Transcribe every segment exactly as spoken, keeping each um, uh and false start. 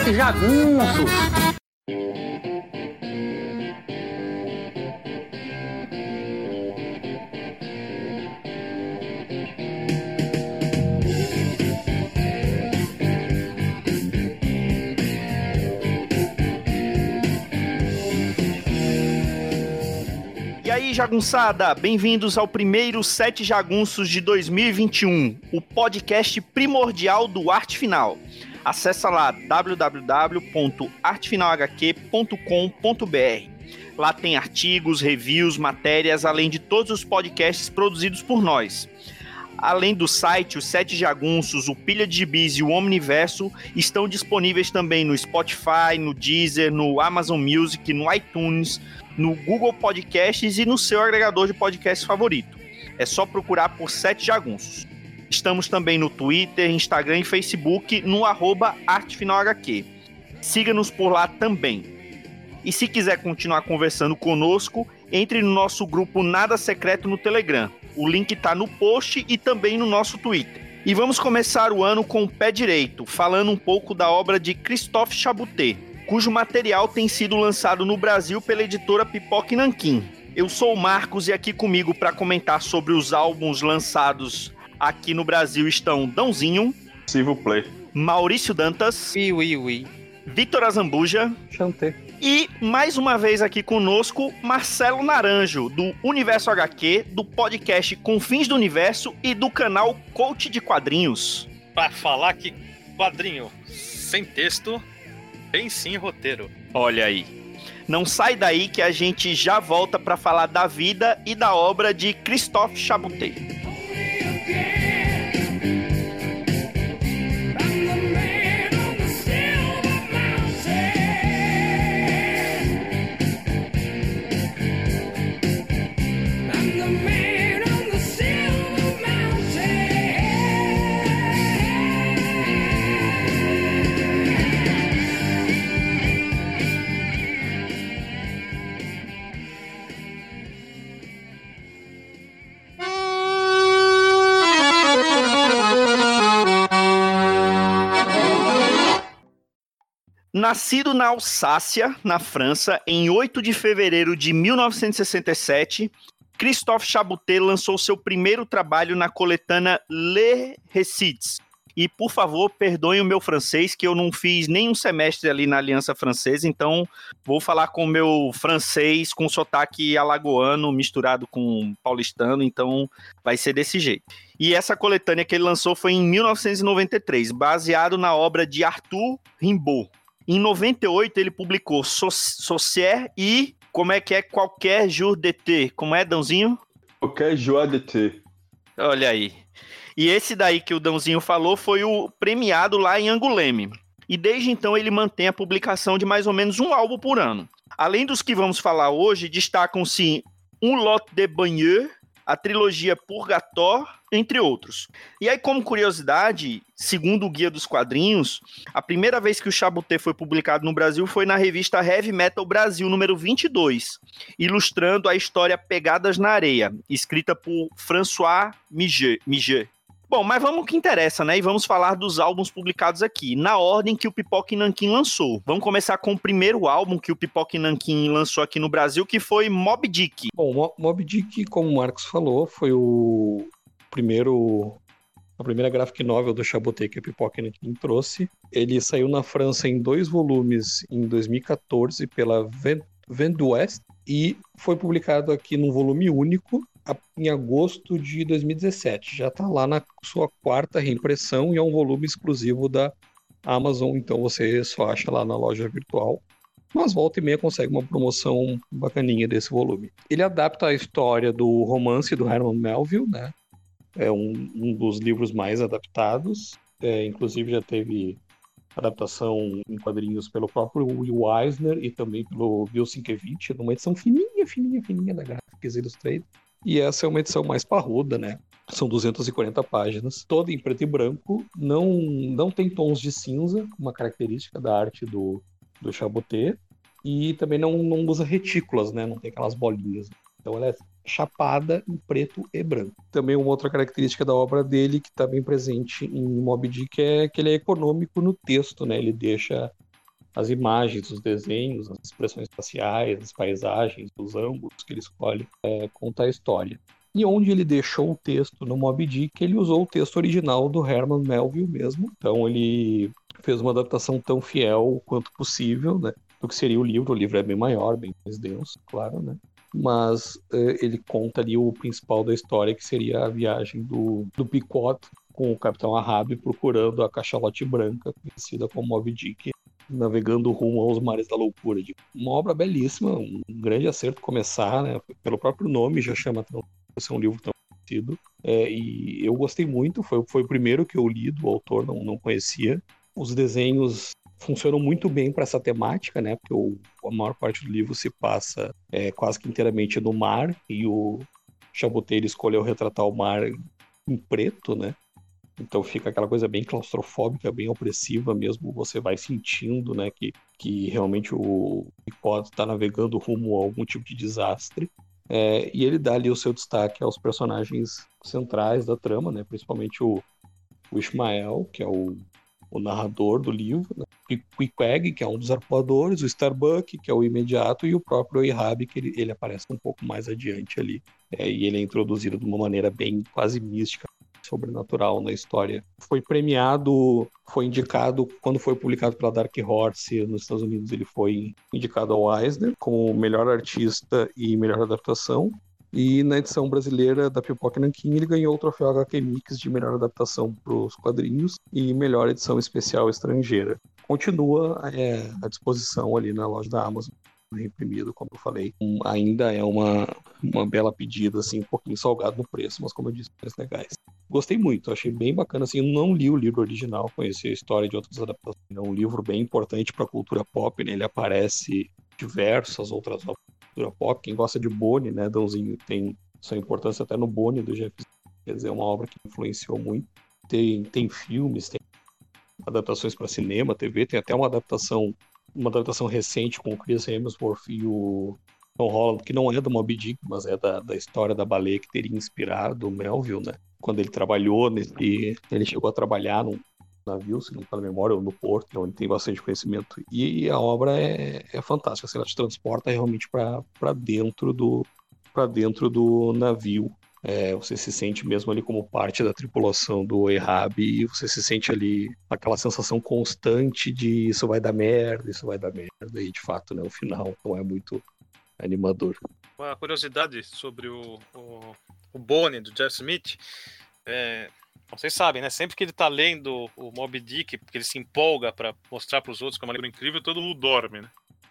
Sete Jagunços. E aí, jagunçada, bem-vindos ao primeiro Sete Jagunços de dois mil e vinte e um, o podcast primordial do Arte Final. Acesse lá w w w ponto arte final h q ponto com ponto b r. Lá tem artigos, reviews, matérias, além de todos os podcasts produzidos por nós. Além do site, os Sete Jagunços, o Pilha de Gibis e o Omniverso estão disponíveis também no Spotify, no Deezer, no Amazon Music, no iTunes, no Google Podcasts e no seu agregador de podcast favorito. É só procurar por Sete Jagunços. Estamos também no Twitter, Instagram e Facebook no arroba artefinalhq. Siga-nos por lá também. E se quiser continuar conversando conosco, entre no nosso grupo Nada Secreto no Telegram. O link está no post e também no nosso Twitter. E vamos começar o ano com o pé direito, falando um pouco da obra de Christophe Chaboté, cujo material tem sido lançado no Brasil pela editora Pipoca e Nanquim. Eu sou o Marcos e aqui comigo para comentar sobre os álbuns lançados aqui no Brasil estão Dãozinho, Silvio Play, Maurício Dantas, Ui, ui, ui. Vitor Azambuja, Chantei. E mais uma vez aqui conosco, Marcelo Naranjo, do Universo H Q, do podcast Confins do Universo e do canal Coach de Quadrinhos. Pra falar que quadrinho sem texto tem sim roteiro. Olha aí. Não sai daí que a gente já volta para falar da vida e da obra de Christophe Chaboté. Nascido na Alsácia, na França, em oito de fevereiro de mil novecentos e sessenta e sete, Christophe Chaboté lançou seu primeiro trabalho na coletânea Les Récits. E, por favor, perdoem o meu francês, que eu não fiz nenhum semestre ali na Aliança Francesa, então vou falar com o meu francês com sotaque alagoano misturado com paulistano, então vai ser desse jeito. E essa coletânea que ele lançou foi em mil novecentos e noventa e três, baseado na obra de Arthur Rimbaud. Em noventa e oito, ele publicou Saussure e, como é que é, Qualquer Jour d'été. Como é, Dãozinho? Qualquer Jour d'été. Olha aí. E esse daí que o Dãozinho falou foi o premiado lá em Angoulême. E desde então ele mantém a publicação de mais ou menos um álbum por ano. Além dos que vamos falar hoje, destacam-se Un Lot de Banlieue, a trilogia Purgatoire, entre outros. E aí, como curiosidade, segundo o Guia dos Quadrinhos, a primeira vez que o Chaboté foi publicado no Brasil foi na revista Heavy Metal Brasil, número vinte e dois, ilustrando a história Pegadas na Areia, escrita por François Miget. Bom, mas vamos ao que interessa, né? E vamos falar dos álbuns publicados aqui, na ordem que o Pipoca e Nanquim lançou. Vamos começar com o primeiro álbum que o Pipoca e Nanquim lançou aqui no Brasil, que foi Moby Dick. Bom, Moby Dick, como o Marcos falou, foi o primeiro... a primeira graphic novel do Chaboté que o Pipoca e Nanquim trouxe. Ele saiu na França em dois volumes em dois mil e catorze pela Vent d'Ouest e foi publicado aqui num volume único em agosto de dois mil e dezessete. Já está lá na sua quarta reimpressão e é um volume exclusivo da Amazon, então você só acha lá na loja virtual. Mas volta e meia consegue uma promoção bacaninha desse volume. Ele adapta a história do romance do Herman Melville, né? É um, um dos livros mais adaptados. É, inclusive já teve adaptação em quadrinhos pelo próprio Will Eisner e também pelo Bill Sienkiewicz, numa edição fininha, fininha, fininha da Graphics Illustrated. E essa é uma edição mais parruda, né? São duzentas e quarenta páginas, toda em preto e branco, não, não tem tons de cinza, uma característica da arte do, do Chaboté, e também não, não usa retículas, né? Não tem aquelas bolinhas. Então ela é chapada em preto e branco. Também uma outra característica da obra dele, que está bem presente em Moby Dick, é que ele é econômico no texto, né? Ele deixa as imagens, os desenhos, as expressões faciais, as paisagens, os ângulos que ele escolhe, é, conta a história. E onde ele deixou o texto no Moby Dick, ele usou o texto original do Herman Melville mesmo. Então ele fez uma adaptação tão fiel quanto possível, né, do que seria o livro. O livro é bem maior, bem mais denso, claro, né? Mas eh, ele conta ali o principal da história, que seria a viagem do, do Pequod com o Capitão Ahab procurando a cachalote branca, conhecida como Moby Dick, navegando rumo aos mares da loucura. Uma obra belíssima, um grande acerto começar, né? Pelo próprio nome já chama atenção por ser um livro tão conhecido. É, e eu gostei muito, foi, foi o primeiro que eu li do autor, não, não conhecia. Os desenhos funcionam muito bem para essa temática, né? Porque o, a maior parte do livro se passa é, quase que inteiramente no mar, e o Chaboteiro escolheu retratar o mar em preto, né? Então fica aquela coisa bem claustrofóbica, bem opressiva mesmo. Você vai sentindo, né, que, que realmente o Pequod está navegando rumo a algum tipo de desastre. É, e ele dá ali o seu destaque aos personagens centrais da trama, né? Principalmente o, o Ishmael, que é o, o narrador do livro, né? O Queequeg, que é um dos arpoadores, o Starbuck, que é o imediato, e o próprio Ahab, que ele, ele aparece um pouco mais adiante ali. É, e ele é introduzido de uma maneira bem quase mística, sobrenatural na história. Foi premiado, foi indicado, quando foi publicado pela Dark Horse nos Estados Unidos, ele foi indicado ao Eisner como melhor artista e melhor adaptação. E na edição brasileira da Pipoca Nanquim, ele ganhou o troféu H Q Mix de melhor adaptação para os quadrinhos e melhor edição especial estrangeira. Continua é, à disposição ali na loja da Amazon, reimprimido, como eu falei. Um, ainda é uma, uma bela pedida, assim, um pouquinho salgado no preço, mas como eu disse, preços legais. Gostei muito, achei bem bacana, assim, eu não li o livro original, conheci a história de outras adaptações. É um livro bem importante para a cultura pop, né? Ele aparece diversas outras obras da cultura pop. Quem gosta de Bonnie, né, Dãozinho, tem sua importância até no Bonnie do Jeff, quer dizer, é uma obra que influenciou muito. Tem, tem filmes, tem adaptações para cinema, T V, tem até uma adaptação uma adaptação recente com o Chris Hemsworth e o Tom Holland, que não é do Moby Dick, mas é da, da história da baleia que teria inspirado o Melville, né? Quando ele trabalhou, nesse, ele chegou a trabalhar num navio, se não me falha a memória, ou no porto, onde tem bastante conhecimento. E a obra é, é fantástica, assim, ela te transporta realmente para dentro do para dentro do navio. É, você se sente mesmo ali como parte da tripulação do Ahab, e você se sente ali aquela sensação constante de isso vai dar merda, isso vai dar merda, e de fato, né, o final não é muito animador. Uma curiosidade sobre o, o, o Bonnie do Jeff Smith, é, vocês sabem, né, sempre que ele tá lendo o Moby Dick, porque ele se empolga para mostrar para os outros que é um livro incrível, todo mundo dorme, né?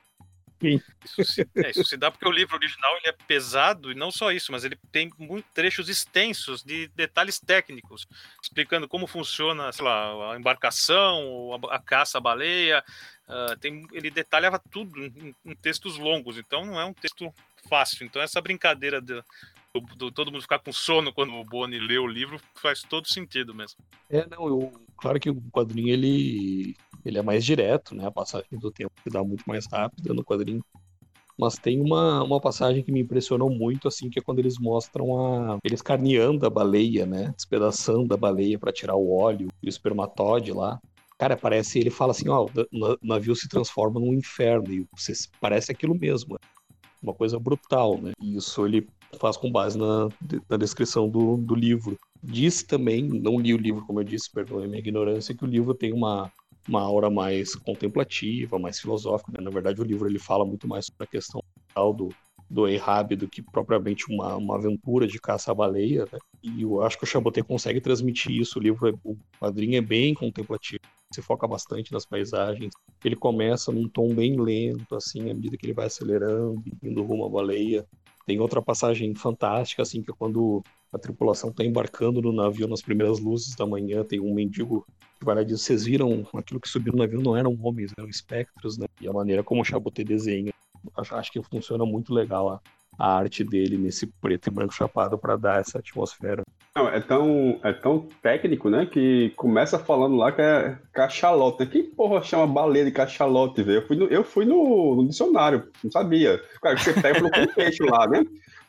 Isso se, é, isso se dá porque o livro original ele é pesado, e não só isso, mas ele tem muitos trechos extensos de detalhes técnicos, explicando como funciona, sei lá, a embarcação, a, a caça à baleia. Uh, tem, ele detalhava tudo em, em textos longos, então não é um texto fácil. Então essa brincadeira de, do, do todo mundo ficar com sono quando o Bonnie lê o livro faz todo sentido mesmo. É, não, eu, claro que o quadrinho ele... ele é mais direto, né? A passagem do tempo se dá muito mais rápida no quadrinho. Mas tem uma, uma passagem que me impressionou muito, assim, que é quando eles mostram a... eles carneando a baleia, né? Despedaçando a baleia para tirar o óleo e o espermatóide lá. Cara, parece... ele fala assim, ó, o navio se transforma num inferno, e você, parece aquilo mesmo. Uma coisa brutal, né? E isso ele faz com base na, na descrição do, do livro. Diz também, não li o livro, como eu disse, perdoe a minha ignorância, que o livro tem uma... uma aura mais contemplativa, mais filosófica, né? Na verdade, o livro ele fala muito mais sobre a questão do, do Ahab do que propriamente uma, uma aventura de caça à baleia, né? E eu acho que o Chaboté consegue transmitir isso. O livro, é, o quadrinho é bem contemplativo, se foca bastante nas paisagens. Ele começa num tom bem lento, assim, à medida que ele vai acelerando, indo rumo à baleia. Tem outra passagem fantástica, assim, que é quando a tripulação está embarcando no navio nas primeiras luzes da manhã, tem um mendigo que vai lá e diz, vocês viram aquilo que subiu no navio não eram homens, eram espectros, né? E a maneira como o Chaboté desenha, acho, acho que funciona muito legal a, a arte dele nesse preto e branco chapado para dar essa atmosfera. Não, é tão, é tão técnico, né, que começa falando lá que é cachalote. Que porra chama baleia de cachalote, velho? Eu fui, no, eu fui no, no dicionário, não sabia. Cara, que você pega e colocou um peixe lá, né?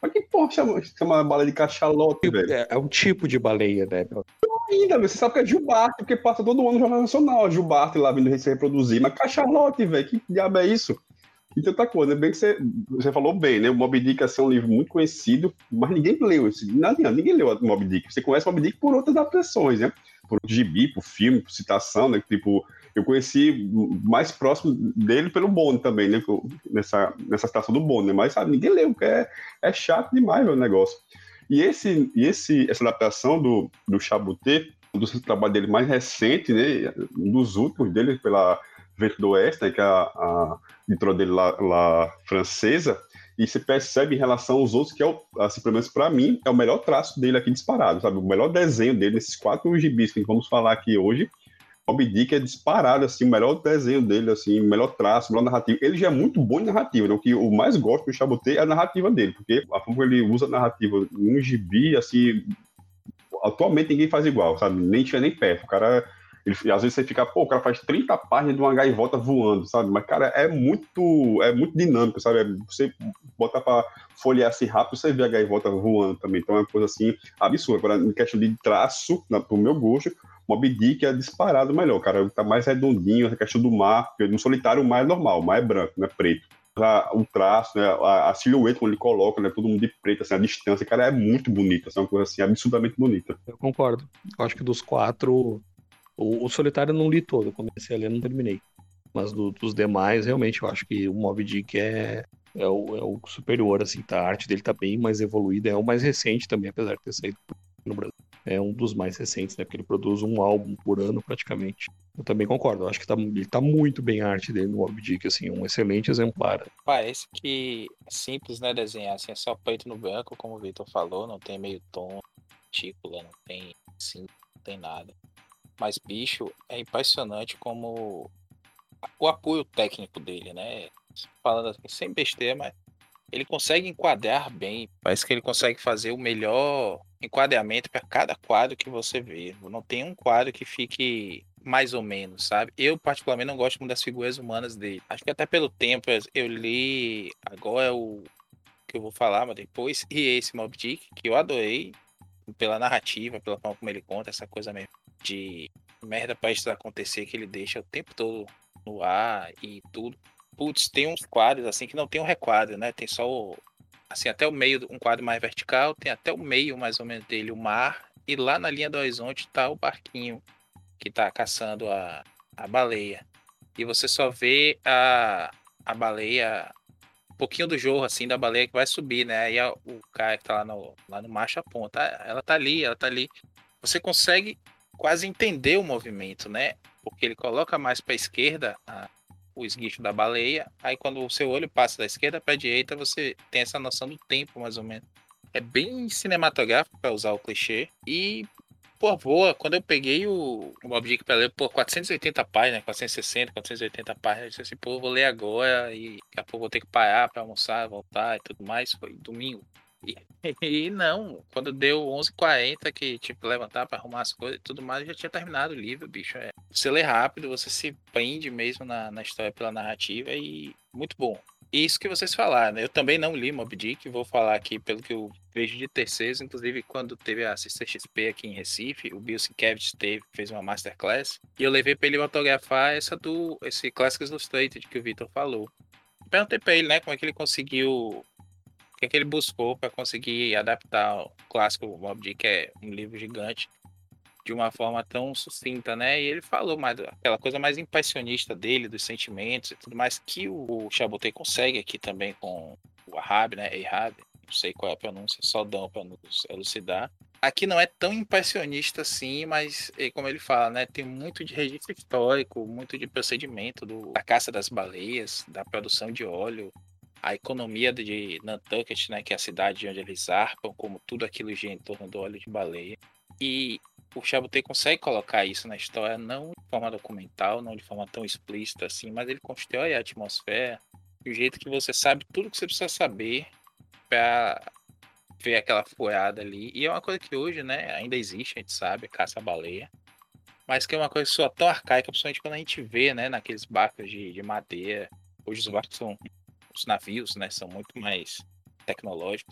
Mas que porra chama, chama baleia de cachalote, velho? É, é um tipo de baleia, né? Ainda, você sabe que é Gilbarte, porque passa todo ano no Jornal Nacional, a Gilbarte lá vindo se reproduzir. Mas cachalote, velho, que diabo é isso? E outra coisa, bem que você, você falou bem, né? O Moby Dick é um livro muito conhecido, mas ninguém leu esse livro. Não adianta, ninguém leu o Moby Dick. Você conhece o Moby Dick por outras adaptações, né? Por gibi, por filme, por citação, né? Tipo, eu conheci mais próximo dele pelo Bond também, né? Nessa, nessa citação do Bond, né? Mas, sabe, ninguém leu, porque é, é chato demais o negócio. E, esse, e esse, essa adaptação do, do Chaboté, um dos trabalhos dele mais recente, né? Um dos últimos dele, pela Vento do Oeste, né? Que é a, a editora dele lá, lá francesa, e você percebe em relação aos outros que é, o, assim, pelo menos para mim, é o melhor traço dele aqui disparado, sabe? O melhor desenho dele nesses quatro gibis que vamos falar aqui hoje, Moby Dick é disparado, assim, o melhor desenho dele, assim, o melhor traço, o melhor narrativo. Ele já é muito bom em narrativa, né? O que eu mais gosto do Chaboté é a narrativa dele, porque a forma que ele usa a narrativa num gibi, assim, atualmente ninguém faz igual, sabe? Nem tinha nem perto. O cara, ele, às vezes você fica, pô, o cara faz trinta páginas de uma gaivota voando, sabe? Mas, cara, é muito, é muito dinâmico, sabe? É, você bota pra folhear assim rápido, você vê a gaivota voando também. Então é uma coisa assim absurda. Agora, em questão de traço, na, pro meu gosto, Moby Dick é disparado melhor, cara. Tá mais redondinho, a questão do mar, porque no solitário o mar é normal, o mar é branco, não é preto. O traço, né, a, a silhueta quando ele coloca, né, todo mundo de preto, assim, a distância, cara, é muito bonita, assim, é uma coisa assim, absurdamente bonita. Eu concordo. Eu acho que dos quatro, o, o Solitário eu não li todo, eu comecei a ler e não terminei. Mas do, dos demais, realmente, eu acho que o Moby Dick é, é, o, é o superior, assim, tá? A arte dele tá bem mais evoluída, é o mais recente também, apesar de ter saído no Brasil. É um dos mais recentes, né? Porque ele produz um álbum por ano, praticamente. Eu também concordo. Eu acho que tá, ele tá muito bem a arte dele no Moby Dick, assim, um excelente exemplar. Parece que é simples, né, desenhar, assim, é só preto no branco, como o Victor falou, não tem meio tom, tícula, não tem sim, não tem nada. Mas, bicho, é impressionante como o apoio técnico dele, né? Falando assim, sem besteira, mas ele consegue enquadrar bem. Parece que ele consegue fazer o melhor enquadramento para cada quadro que você vê. Não tem um quadro que fique mais ou menos, sabe? Eu, particularmente, não gosto muito das figuras humanas dele. Acho que até pelo tempo, eu li agora o que eu vou falar, mas depois, e esse Moby Dick, que eu adorei pela narrativa, pela forma como ele conta, essa coisa mesmo de merda pra isso acontecer que ele deixa o tempo todo no ar e tudo. Putz, tem uns quadros assim que não tem um requadro, né? Tem só o, assim, até o meio, um quadro mais vertical, tem até o meio mais ou menos dele, o mar, e lá na linha do horizonte tá o barquinho que tá caçando a, a baleia. E você só vê a, a baleia, um pouquinho do jorro assim da baleia que vai subir, né? Aí a, o cara que tá lá no, lá no macho aponta, ah, ela tá ali, ela tá ali. Você consegue quase entender o movimento, né? Porque ele coloca mais para a esquerda a, o esguicho da baleia, aí quando o seu olho passa da esquerda para a direita, você tem essa noção do tempo, mais ou menos. É bem cinematográfico, para usar o clichê, e, pô, boa, quando eu peguei o, o Moby Dick para ler, pô, quatrocentas e oitenta páginas, quatrocentas e sessenta, quatrocentas e oitenta páginas, eu disse assim, pô, vou ler agora, e daqui a pouco vou ter que parar para almoçar, voltar e tudo mais, foi domingo. E, e não, quando deu onze e quarenta que tipo levantar para arrumar as coisas e tudo mais, já tinha terminado o livro, bicho. É. Você lê rápido, você se prende mesmo na, na história pela narrativa e muito bom. E isso que vocês falaram, né? Eu também não li Moby Dick, vou falar aqui pelo que eu vejo de terceiros, inclusive quando teve a C C X P aqui em Recife, o Bill Sienkiewicz teve, fez uma masterclass, e eu levei para ele autografar essa do, esse Classics Illustrated que o Victor falou. Perguntei para ele, né, como é que ele conseguiu... O que, é que ele buscou para conseguir adaptar o clássico Moby Dick, que é um livro gigante, de uma forma tão sucinta, né? E ele falou mais aquela coisa mais impressionista dele, dos sentimentos e tudo mais, que o Chaboté consegue aqui também com o Ahab, né? Ahab, não sei qual é a pronúncia, só dão para nos elucidar. Aqui não é tão impressionista assim, mas como ele fala, né? Tem muito de registro histórico, muito de procedimento do, da caça das baleias, da produção de óleo, a economia de Nantucket, né, que é a cidade onde eles zarpam, como tudo aquilo gira em torno do óleo de baleia. E o Chaboté consegue colocar isso na história, não de forma documental, não de forma tão explícita assim, mas ele constrói a atmosfera de um jeito que você sabe tudo que você precisa saber para ver aquela furada ali. E é uma coisa que hoje, né, ainda existe, a gente sabe, a caça-baleia, mas que é uma coisa só tão arcaica, principalmente quando a gente vê, né, naqueles barcos de, de madeira. Hoje os barcos são... Os navios, né, são muito mais tecnológicos.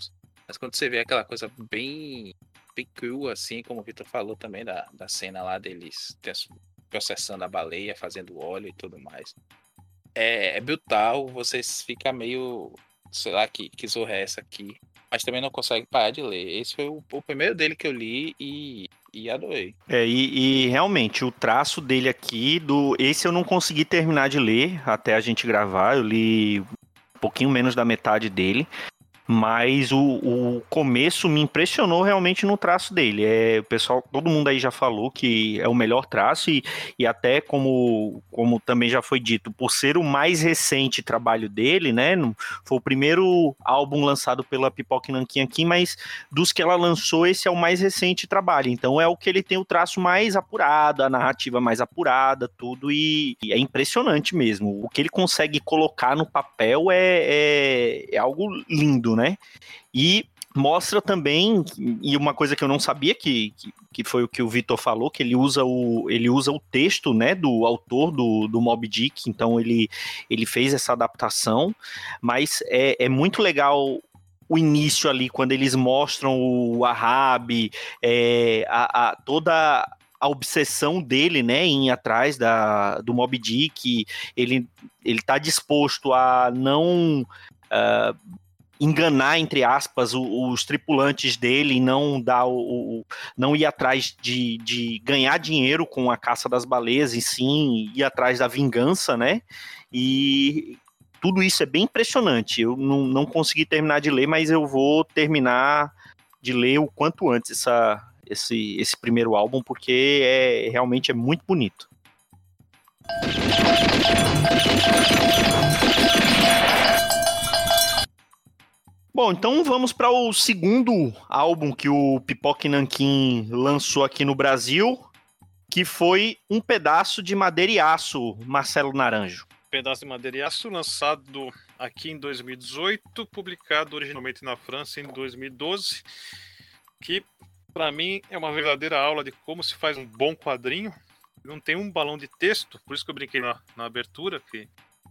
Mas quando você vê aquela coisa bem, bem crua, assim, como o Vitor falou também, da, da cena lá deles processando a baleia, fazendo óleo e tudo mais. É, é brutal, você fica meio, sei lá, que, que zorra é essa aqui. Mas também não consegue parar de ler. Esse foi o, o primeiro dele que eu li e, e adorei. É, e, e realmente, o traço dele aqui, do esse eu não consegui terminar de ler até a gente gravar, eu li um pouquinho menos da metade dele. Mas o, o começo me impressionou realmente no traço dele. É, o pessoal, todo mundo aí já falou que é o melhor traço, e, e até como, como também já foi dito, por ser o mais recente trabalho dele, né? Foi o primeiro álbum lançado pela Pipoca Nanquim aqui, mas dos que ela lançou, esse é o mais recente trabalho. Então é o que ele tem o traço mais apurado, a narrativa mais apurada, tudo, e, e é impressionante mesmo. O que ele consegue colocar no papel é, é, é algo lindo, né? E mostra também, e uma coisa que eu não sabia, que, que, que foi o que o Vitor falou, que ele usa o, ele usa o texto, né, do autor do, do Moby Dick, então ele, ele fez essa adaptação, mas é, é muito legal o início ali, quando eles mostram o Ahab, é, a, a, toda a obsessão dele, né, em ir atrás da, do Moby Dick, ele, ele tá disposto a não... Uh, enganar, entre aspas, os, os tripulantes dele e não dar o, o não ir atrás de, de ganhar dinheiro com a caça das baleias, e sim ir atrás da vingança, né? E tudo isso é bem impressionante. Eu não, não consegui terminar de ler, mas eu vou terminar de ler o quanto antes essa, esse, esse primeiro álbum, porque é, realmente é muito bonito. Bom, então vamos para o segundo álbum que o Pipoca Nanquim lançou aqui no Brasil, que foi Um Pedaço de Madeira e Aço, Marcelo Naranjo. Pedaço de Madeira e Aço, lançado aqui em dois mil e dezoito, publicado originalmente na França em dois mil e doze, que para mim é uma verdadeira aula de como se faz um bom quadrinho. Não tem um balão de texto, por isso que eu brinquei na, na abertura, que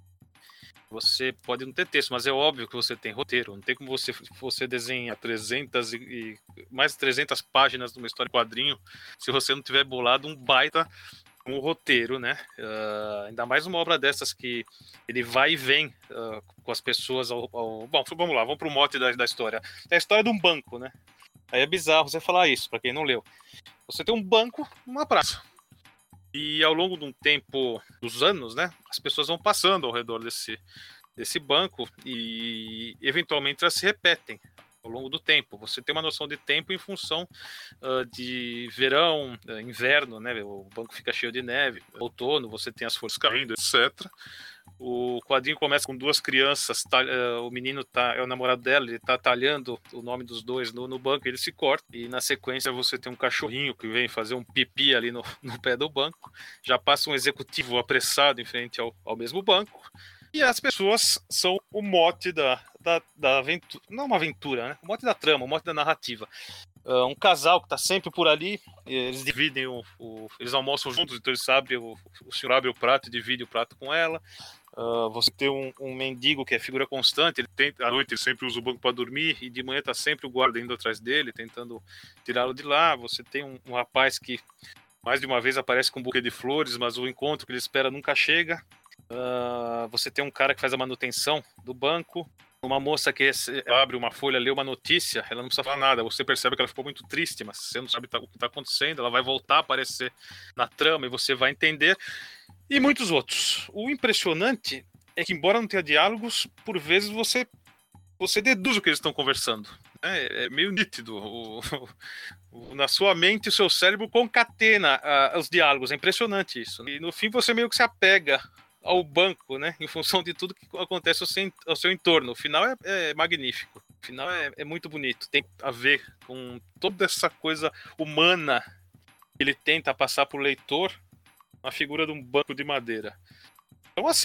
você pode não ter texto, mas é óbvio que você tem roteiro. Não tem como você, você desenhar trezentas e, e mais de trezentas páginas de uma história de quadrinho se você não tiver bolado um baita um roteiro, né? Uh, ainda mais uma obra dessas que ele vai e vem uh, com as pessoas ao, ao... Bom, vamos lá, vamos pro mote da, da história. É a história de um banco, né? Aí é bizarro você falar isso, para quem não leu. Você tem um banco numa praça. E ao longo de um tempo, dos anos, né, as pessoas vão passando ao redor desse, desse banco e eventualmente elas se repetem ao longo do tempo. Você tem uma noção de tempo em função uh, de verão, uh, inverno, né, o banco fica cheio de neve, outono, você tem as folhas caindo, etcétera. O quadrinho começa com duas crianças, tá, uh, o menino tá, é o namorado dela, ele tá talhando o nome dos dois no, no banco, ele se corta, e na sequência você tem um cachorrinho que vem fazer um pipi ali no, no pé do banco, já passa um executivo apressado em frente ao, ao mesmo banco, e as pessoas são o mote da, da, da aventura, não uma aventura, né? O mote da trama, o mote da narrativa. Uh, um casal que está sempre por ali, eles dividem o, o, eles almoçam juntos, então eles abrem o, o senhor abre o prato e divide o prato com ela. Uh, você tem um, um mendigo que é figura constante, ele tem, à noite ele sempre usa o banco para dormir e de manhã está sempre o guarda indo atrás dele, tentando tirá-lo de lá. Você tem um, um rapaz que mais de uma vez aparece com um buquê de flores, mas o encontro que ele espera nunca chega. Uh, você tem um cara que faz a manutenção do banco, uma moça que abre uma folha, lê uma notícia, ela não precisa falar nada, você percebe que ela ficou muito triste, mas você não sabe o que está acontecendo, ela vai voltar a aparecer na trama e você vai entender, e muitos outros. O impressionante é que, embora não tenha diálogos, por vezes você, você deduz o que eles estão conversando. É, é meio nítido. O, o, na sua mente, o seu cérebro concatena uh, os diálogos, é impressionante isso. E no fim você meio que se apega ao banco, né, em função de tudo que acontece ao seu, ao seu entorno. O final é, é magnífico, o final é, é muito bonito, tem a ver com toda essa coisa humana que ele tenta passar para o leitor na figura de um banco de madeira. Então, assim,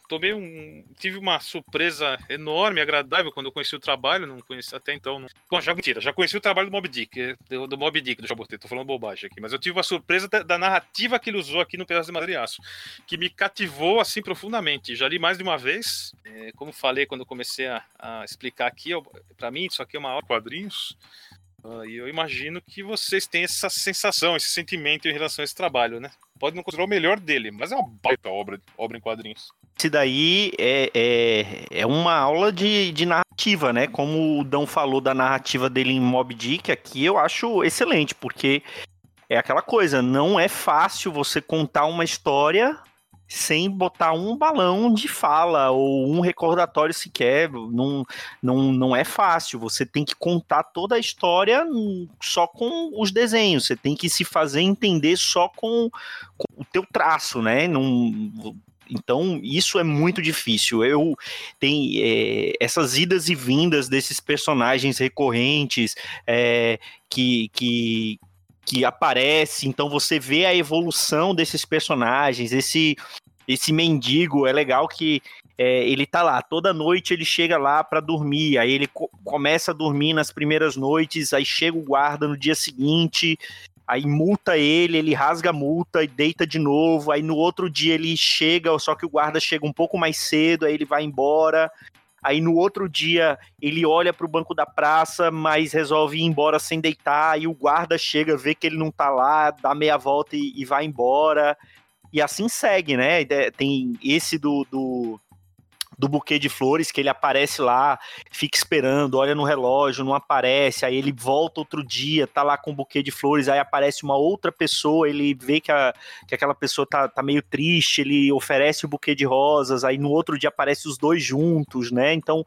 tomei um, tive uma surpresa enorme, agradável quando eu conheci o trabalho, não conheci até então. Não... Bom, já mentira, já conheci o trabalho do Moby Dick, do, do Moby Dick, do Jabotet, tô falando bobagem aqui, mas eu tive uma surpresa da, da narrativa que ele usou aqui no Pedaço de Madeira e Aço, que me cativou assim profundamente. Já li mais de uma vez, é, como falei quando eu comecei a, a explicar aqui, para mim isso aqui é uma aula de quadrinhos. Uh, e eu imagino que vocês têm essa sensação, esse sentimento em relação a esse trabalho, né? Pode não considerar o melhor dele, mas é uma baita obra, obra em quadrinhos. Esse daí é, é, é uma aula de, de narrativa, né? Como o Dão falou da narrativa dele em Moby Dick, aqui eu acho excelente, porque é aquela coisa, não é fácil você contar uma história sem botar um balão de fala ou um recordatório sequer. Não, não, não é fácil. Você tem que contar toda a história só com os desenhos. Você tem que se fazer entender só com, com o teu traço, né? Não, então, isso é muito difícil. Eu tenho é, essas idas e vindas desses personagens recorrentes é, que... que que aparece, então você vê a evolução desses personagens, esse, esse mendigo, é legal que é, ele tá lá, toda noite ele chega lá para dormir, aí ele co- começa a dormir nas primeiras noites, aí chega o guarda no dia seguinte, aí multa ele, ele rasga a multa e deita de novo, aí no outro dia ele chega, só que o guarda chega um pouco mais cedo, aí ele vai embora. Aí no outro dia ele olha pro banco da praça, mas resolve ir embora sem deitar, aí o guarda chega, vê que ele não tá lá, dá meia volta e, e vai embora, e assim segue, né? Tem esse do, do, do buquê de flores, que ele aparece lá, fica esperando, olha no relógio, não aparece, aí ele volta outro dia, tá lá com o buquê de flores, aí aparece uma outra pessoa, ele vê que, a, que aquela pessoa tá, tá meio triste, ele oferece o buquê de rosas, aí no outro dia aparece os dois juntos, né? Então,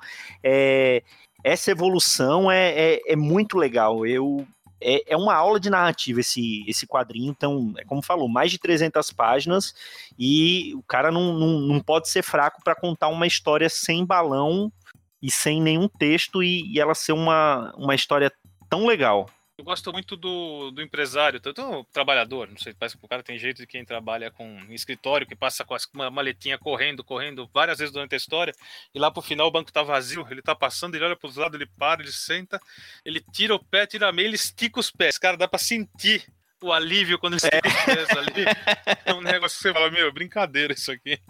é, essa evolução é, é, é muito legal. Eu... É, é uma aula de narrativa esse, esse quadrinho, então, é como falou, mais de trezentas páginas, e o cara não, não, não pode ser fraco para contar uma história sem balão e sem nenhum texto, e, e ela ser uma, uma história tão legal. Eu gosto muito do, do empresário, tanto o trabalhador, não sei, parece que o cara tem jeito de quem trabalha com em escritório, que passa com uma maletinha correndo, correndo várias vezes durante a história, e lá pro final o banco tá vazio, ele tá passando, ele olha pros lados, ele para, ele senta, ele tira o pé, tira a meia, ele estica os pés, cara, dá pra sentir o alívio quando ele estica é. os pés ali. É um negócio que você fala, meu, brincadeira isso aqui.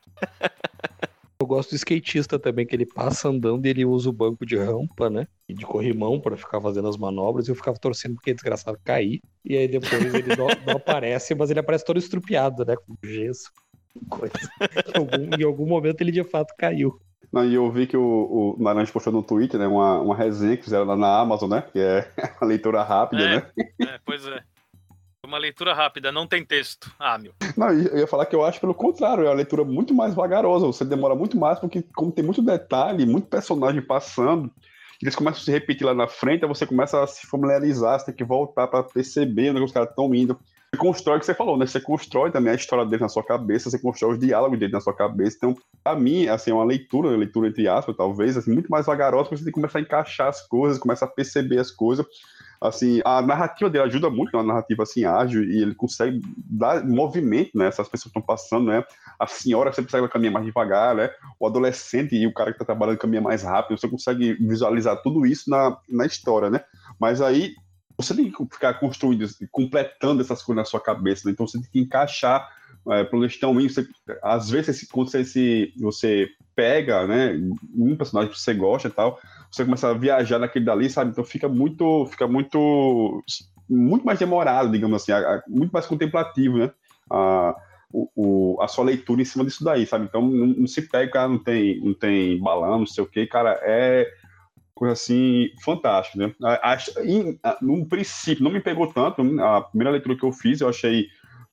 Eu gosto do skatista também, que ele passa andando e ele usa o banco de rampa, né? E de corrimão para ficar fazendo as manobras. E eu ficava torcendo porque é desgraçado cair. E aí depois ele não, não aparece, mas ele aparece todo estrupiado, né? Com gesso. Coisa. Em, algum, em algum momento ele de fato caiu. Não, e eu vi que o, o Naranjo postou no Twitter, né? Uma, uma resenha que fizeram lá na Amazon, né? Que é uma leitura rápida, é, né? É, pois é. Uma leitura rápida, não tem texto. Ah, meu. Não, eu ia falar que eu acho pelo contrário, é uma leitura muito mais vagarosa, você demora muito mais, porque como tem muito detalhe, muito personagem passando, eles começam a se repetir lá na frente, aí você começa a se familiarizar, você tem que voltar para perceber onde os caras estão indo. Você constrói o que você falou, né? Você constrói também a história dele na sua cabeça, você constrói os diálogos dele na sua cabeça. Então, pra mim, assim, é uma leitura, uma leitura entre aspas, talvez, assim, muito mais vagarosa, porque você tem que começar a encaixar as coisas, começar a perceber as coisas. Assim, a narrativa dele ajuda muito, é uma narrativa assim ágil, e ele consegue dar movimento, né? Essas pessoas estão passando, né? A senhora sempre consegue caminhar mais devagar, né? O adolescente e o cara que está trabalhando caminha mais rápido, você consegue visualizar tudo isso na, na história, né? Mas aí você tem que ficar construindo, completando essas coisas na sua cabeça, né? Então você tem que encaixar é, planejamento. Você, às vezes, quando você, se, você pega, né, um personagem que você gosta e tal, você começa a viajar naquele dali, sabe? Então fica muito, fica muito, muito mais demorado, digamos assim, a, a, muito mais contemplativo, né? A, o, o, a sua leitura em cima disso daí, sabe? Então não, não se pega, cara, não tem, não tem balão, não sei o quê, cara, é coisa assim, fantástica, né? Acho, no princípio, não me pegou tanto, a primeira leitura que eu fiz, eu achei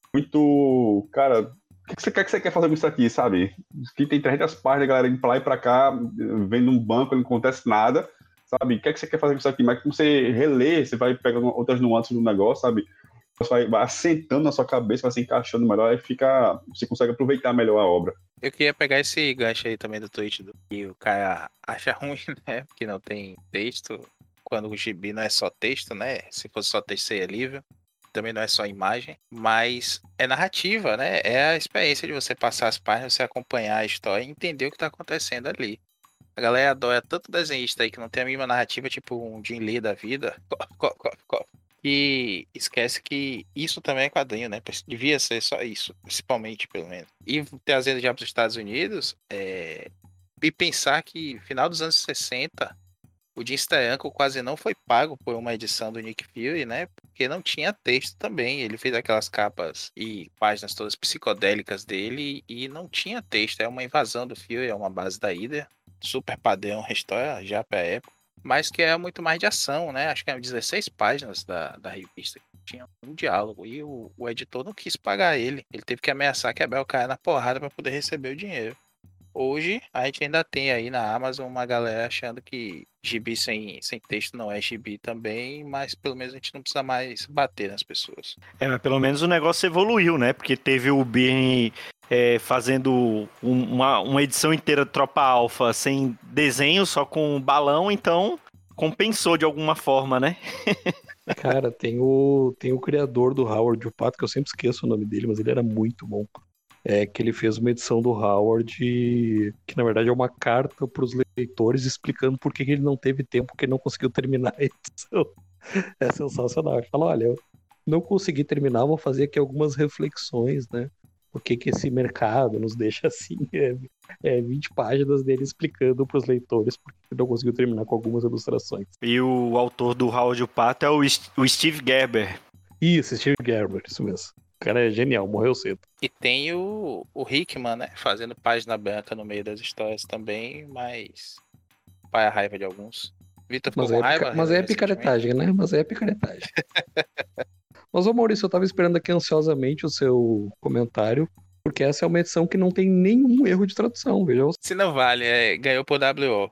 muito, cara, o que você quer que você quer fazer com isso aqui, sabe? Que tem trezentas páginas, a galera indo pra lá e pra cá, vendo um banco, não acontece nada, sabe? O que é que você quer fazer com isso aqui? Mas como você relê, você vai pegando outras nuances do negócio, sabe? Você vai, vai assentando na sua cabeça, vai se encaixando melhor, aí fica, você consegue aproveitar melhor a obra. Eu queria pegar esse gancho aí também do tweet do que o cara acha ruim, né? Porque não tem texto. Quando o gibi não é só texto, né? Se fosse só texto seria livre. também não é só imagem, mas é narrativa, né? É a experiência de você passar as páginas, você acompanhar a história e entender o que tá acontecendo ali. A galera adora tanto desenhista aí que não tem a mínima narrativa, tipo um Jim Lee da vida, e esquece que isso também é quadrinho, né? Devia ser só isso, principalmente, pelo menos. E trazendo já para os Estados Unidos, é... e pensar que final dos anos sessenta, o Jim Steranko quase não foi pago por uma edição do Nick Fury, né? Porque não tinha texto também. Ele fez aquelas capas e páginas todas psicodélicas dele e não tinha texto. É uma invasão do Fury, é uma base da Hydra. Super padrão, história já pra época. Mas que é muito mais de ação, né? Acho que eram dezesseis páginas da, da revista que tinha um diálogo. E o, o editor não quis pagar ele. Ele teve que ameaçar quebrar o cara na porrada para poder receber o dinheiro. Hoje, a gente ainda tem aí na Amazon uma galera achando que gibi sem, sem texto não é gibi também, mas pelo menos a gente não precisa mais bater nas pessoas. É, mas pelo menos o negócio evoluiu, né? Porque teve o Byrne é, fazendo um, uma, uma edição inteira de Tropa Alpha sem desenho, só com balão, então compensou de alguma forma, né? Cara, tem o, tem o criador do Howard, o Pato, que eu sempre esqueço o nome dele, mas ele era muito bom. É que ele fez uma edição do Howard que na verdade é uma carta para os leitores explicando por que ele não teve tempo, porque ele não conseguiu terminar a edição. É sensacional. Ele fala, olha, eu não consegui terminar, vou fazer aqui algumas reflexões, né? Por que que esse mercado nos deixa assim? É, é vinte páginas dele explicando para os leitores por que ele não conseguiu terminar com algumas ilustrações. E o autor do Howard o Pato é o, o Steve Gerber. Isso, Steve Gerber, isso mesmo. O cara é genial, morreu cedo. E tem o, o Hickman, né? Fazendo página branca no meio das histórias também, mas vai a raiva de alguns. Vitor ficou Mas com é, raiva? pica... mas é picaretagem, né? Mas é picaretagem. Mas, ô Maurício, eu tava esperando aqui ansiosamente o seu comentário, porque essa é uma edição que não tem nenhum erro de tradução, veja. Se não vale, é, ganhou por W O.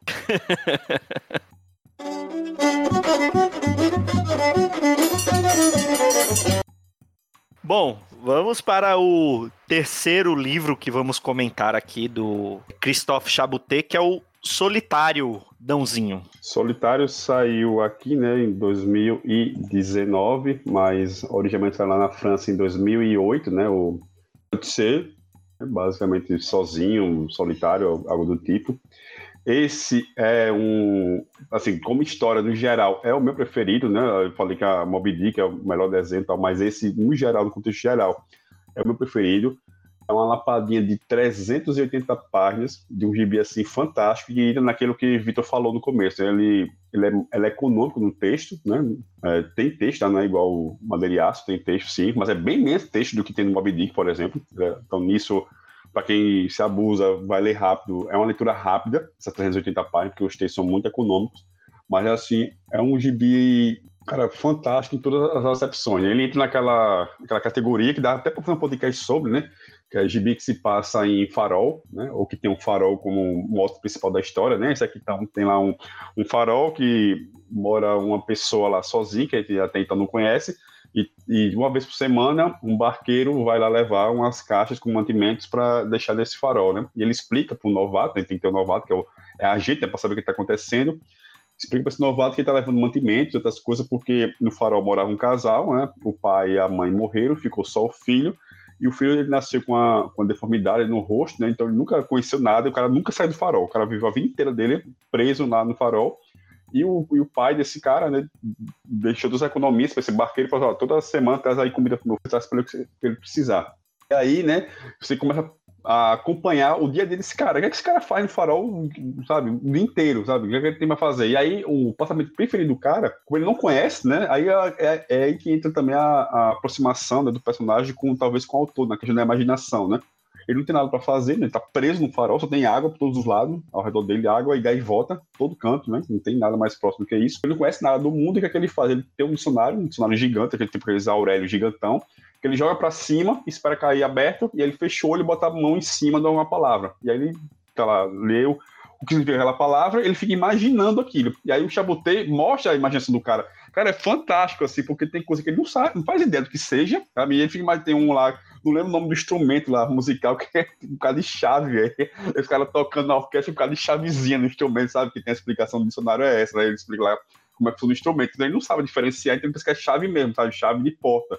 Bom, vamos para o terceiro livro que vamos comentar aqui do Christophe Chaboté, que é o Solitário, Dãozinho. Solitário saiu aqui, né, em dois mil e dezenove, mas originalmente saiu lá na França em dois mil e oito, né, o C, basicamente sozinho, solitário, algo do tipo. Esse é um, assim, como história no geral, é o meu preferido, né? Eu falei que a Moby Dick é o melhor desenho, mas esse, no geral, no contexto geral, é o meu preferido. É uma lapadinha de trezentas e oitenta páginas, de um gibi, assim, fantástico, e ainda naquilo que o Vitor falou no começo. Ele, ele, é, ele é econômico no texto, né? É, tem texto, não é igual o Madeireaço, tem texto, sim, mas é bem menos texto do que tem no Moby Dick, por exemplo. Então, nisso... Para quem se abusa, vai ler rápido. É uma leitura rápida, essas trezentas e oitenta páginas, porque os textos são muito econômicos. Mas, assim, é um gibi, cara, fantástico em todas as acepções. Ele entra naquela, naquela categoria que dá até para fazer um podcast sobre, né? Que é gibi que se passa em farol, né? Ou que tem um farol como um moto principal da história, né? Esse aqui tá, tem lá um, um farol que mora uma pessoa lá sozinha, que a gente até então não conhece. E, e uma vez por semana, um barqueiro vai lá levar umas caixas com mantimentos para deixar nesse farol, né? E ele explica para o novato, né? Tem que ter um novato, que é, o, é a gente, né? Para saber o que está acontecendo. Explica para esse novato que ele está levando mantimentos, outras coisas, porque no farol morava um casal, né? O pai e a mãe morreram, ficou só o filho. E o filho ele nasceu com uma, com uma deformidade no rosto, né? Então ele nunca conheceu nada, e o cara nunca saiu do farol. O cara viveu a vida inteira dele preso lá no farol. E o, e o pai desse cara, né, deixou dos economistas para esse barqueiro e falou, ó, toda semana traz aí comida para o meu filho, traz para ele o que ele precisar. E aí, né, você começa a acompanhar o dia a dia desse cara. O que é que esse cara faz no farol, sabe, o dia inteiro, sabe? O que é que ele tem para fazer? E aí, o passamento preferido do cara, como ele não conhece, né, aí é, é aí que entra também a, a aproximação, né, do personagem com, talvez, com o autor, na questão da imaginação, né? Ele não tem nada para fazer, né? Ele tá preso no farol, só tem água por todos os lados, ao redor dele, água, e daí volta, todo canto, né? Não tem nada mais próximo do que isso. Ele não conhece nada do mundo, e o que é que ele faz? Ele tem um dicionário, um dicionário gigante, aquele tipo aqueles Aurélio gigantão, que ele joga para cima, espera cair aberto, e aí ele fechou o olho e bota a mão em cima de uma palavra. E aí ele, tá lá, leu o que significa aquela palavra, ele fica imaginando aquilo. E aí o Chaboté mostra a imaginação do cara. Cara, é fantástico, assim, porque tem coisa que ele não sabe, não faz ideia do que seja, sabe? E ele fica, mas tem um lá, não lembro o nome do instrumento lá, musical, que é um bocado de chave, velho. Esse cara tocando na orquestra, um bocado de chavezinha no instrumento, sabe? Que tem a explicação do dicionário é essa, né? Ele explica lá como é que funciona o instrumento. Então ele não sabe diferenciar, então ele pensa que é chave mesmo, sabe? Chave de porta.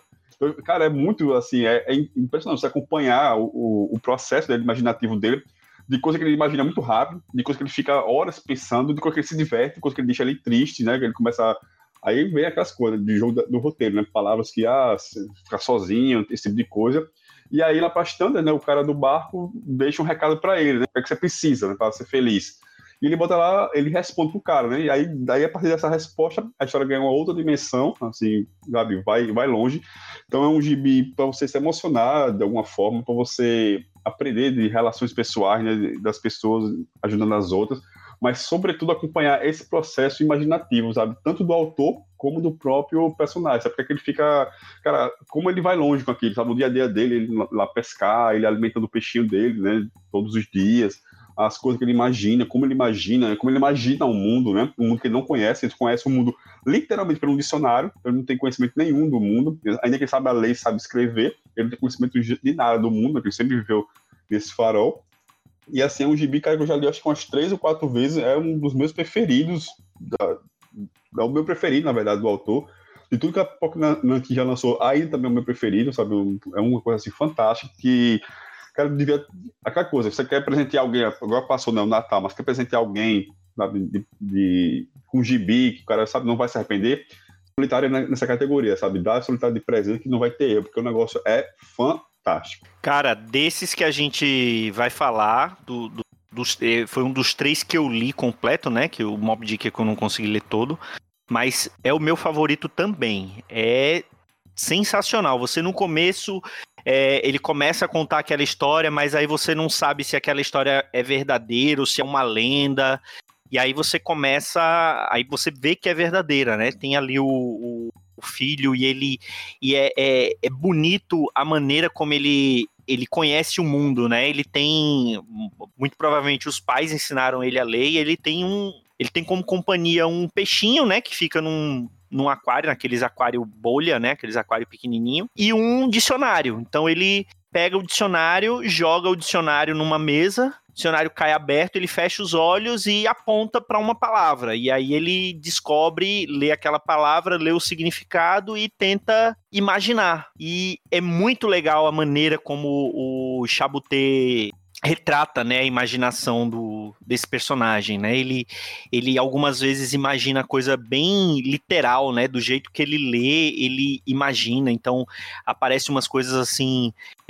Cara, é muito, assim, é, é impressionante você acompanhar o, o, o processo dele, imaginativo dele, de coisa que ele imagina muito rápido, de coisa que ele fica horas pensando, de coisa que ele se diverte, de coisa que ele deixa ele triste, né? Que ele começa a... Aí vem aquelas coisas de jogo do roteiro, né? Palavras que, ah, ficar sozinho, esse tipo de coisa. E aí, lá para standard, né? O cara do barco deixa um recado para ele, né? O que é que você precisa, né? Para ser feliz. E ele bota lá, ele responde pro cara, né? E aí, daí, a partir dessa resposta, a história ganha uma outra dimensão, assim, sabe? Vai, vai longe. Então, é um gibi para você se emocionar de alguma forma, para você aprender de relações pessoais, né? Das pessoas ajudando as outras, mas, sobretudo, acompanhar esse processo imaginativo, sabe? Tanto do autor como do próprio personagem, sabe? Porque ele fica... Cara, como ele vai longe com aquilo, sabe? No dia a dia dele, ele lá pescar, ele alimentando o peixinho dele, né? Todos os dias, as coisas que ele imagina, como ele imagina, como ele imagina o mundo, né? Um mundo que ele não conhece, ele conhece o mundo literalmente pelo dicionário, ele não tem conhecimento nenhum do mundo, ainda que ele sabe a lei, sabe escrever, ele não tem conhecimento de nada do mundo, ele sempre viveu nesse farol. E assim, é um gibi, cara, que eu já li acho que umas três ou quatro vezes, é um dos meus preferidos, da, é o meu preferido, na verdade, do autor. De tudo que a Poc Nankin já lançou, ainda também é o meu preferido, sabe? É uma coisa assim fantástica que, cara, devia... Aquela coisa, você quer presentear alguém, agora passou, não, o Natal, mas quer presentear alguém, sabe, de, de, com gibi, que o cara, sabe, não vai se arrepender, Solitário é nessa categoria, sabe? Dá Solitário de presente que não vai ter erro, porque o negócio é fantástico. Cara, desses que a gente vai falar, do, do, dos, foi um dos três que eu li completo, né? Que o Moby Dick que eu não consegui ler todo, mas é o meu favorito também. É sensacional. Você no começo, é, ele começa a contar aquela história, mas aí você não sabe se aquela história é verdadeira ou se é uma lenda. E aí você começa, aí você vê que é verdadeira, né? Tem ali o, o, o filho e ele e é, é, é bonito a maneira como ele, ele conhece o mundo, né? Ele tem, muito provavelmente os pais ensinaram ele a ler e ele tem um, ele tem como companhia um peixinho, né? Que fica num, num aquário, naqueles aquário bolha, né? Aqueles aquário pequenininho, e um dicionário. Então ele pega o dicionário, joga o dicionário numa mesa, o dicionário cai aberto, ele fecha os olhos e aponta para uma palavra. E aí ele descobre, lê aquela palavra, lê o significado e tenta imaginar. E é muito legal a maneira como o Chaboté retrata, né, a imaginação do, desse personagem, né? Ele, ele algumas vezes imagina coisa bem literal, né? Do jeito que ele lê, ele imagina. Então, aparecem umas coisas assim,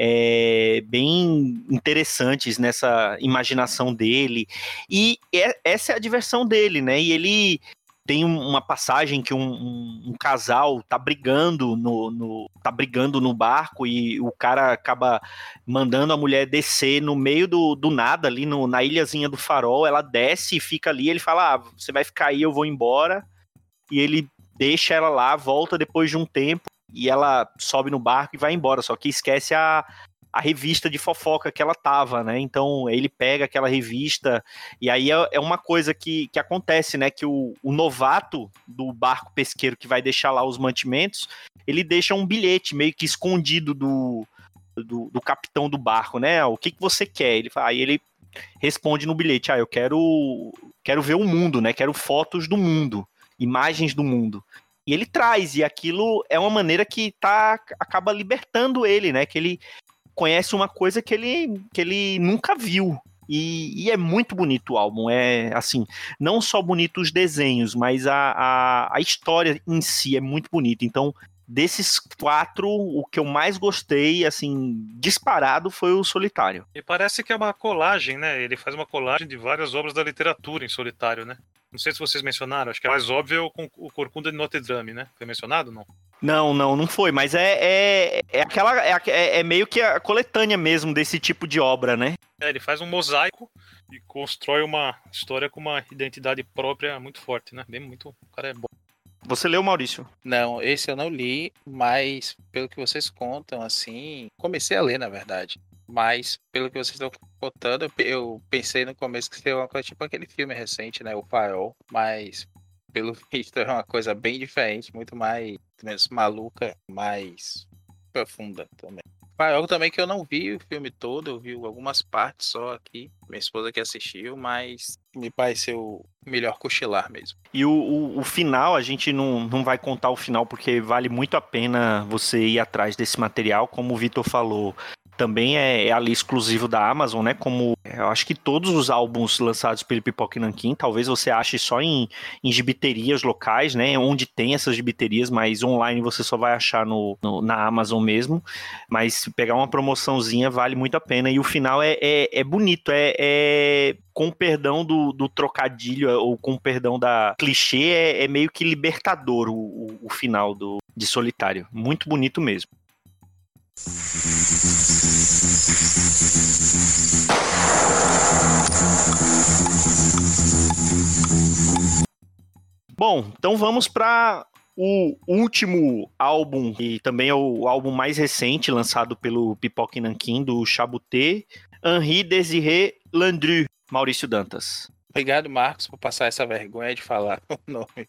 é, bem interessantes nessa imaginação dele. E é, essa é a diversão dele, né? E ele tem uma passagem que um, um, um casal tá brigando no, no, tá brigando no barco e o cara acaba mandando a mulher descer no meio do, do nada, ali no, na ilhazinha do farol. Ela desce e fica ali, ele fala, ah, você vai ficar aí, eu vou embora. E ele deixa ela lá, volta depois de um tempo e ela sobe no barco e vai embora, só que esquece a a revista de fofoca que ela tava, né? Então ele pega aquela revista e aí é, é uma coisa que, que acontece, né? Que o, o novato do barco pesqueiro que vai deixar lá os mantimentos, ele deixa um bilhete meio que escondido do, do, do capitão do barco, né? O que, que você quer? Ele, aí ele responde no bilhete, ah, eu quero, quero ver o mundo, né? Quero fotos do mundo, imagens do mundo. E ele traz, e aquilo é uma maneira que tá, acaba libertando ele, né? Que ele conhece uma coisa que ele, que ele nunca viu. E, e é muito bonito o álbum. É assim, não só bonito os desenhos, mas a, a, a história em si é muito bonita. Então, desses quatro, o que eu mais gostei, assim, disparado, foi o Solitário. E parece que é uma colagem, né? Ele faz uma colagem de várias obras da literatura em Solitário, né? Não sei se vocês mencionaram, acho que é mais óbvio o Corcunda de Notre Dame, né? Foi mencionado ou não? Não, não, não foi, mas é, é, é aquela. É, é meio que a coletânea mesmo desse tipo de obra, né? É, ele faz um mosaico e constrói uma história com uma identidade própria muito forte, né? Bem, muito. O cara é bom. Você leu, Maurício? Não, esse eu não li, mas pelo que vocês contam, assim, comecei a ler, na verdade. Mas pelo que vocês estão contando, eu pensei no começo que seria uma coisa tipo aquele filme recente, né? O Farol, mas pelo visto é uma coisa bem diferente, muito mais, menos maluca, mais profunda também. Foi algo também que eu não vi o filme todo, eu vi algumas partes só aqui. Minha esposa que assistiu, mas me pareceu melhor cochilar mesmo. E o, o, o final, a gente não, não vai contar o final porque vale muito a pena você ir atrás desse material, como o Vitor falou. Também é, é ali exclusivo da Amazon, né? Como eu acho que todos os álbuns lançados pelo Pipoca e Nanquim, talvez você ache só em, em gibiterias locais, né? Onde tem essas gibiterias, mas online você só vai achar no, no, na Amazon mesmo. Mas se pegar uma promoçãozinha vale muito a pena. E o final é, é, é bonito, é, é com perdão do, do trocadilho, ou com perdão da clichê, é, é meio que libertador o, o, o final do, de Solitário. Muito bonito mesmo. Bom, então vamos para o último álbum, e também é o álbum mais recente, lançado pelo Pipoca e Nanquim, do Chaboté, Henri Désiré Landru, Maurício Dantas. Obrigado, Marcos, por passar essa vergonha de falar o nome.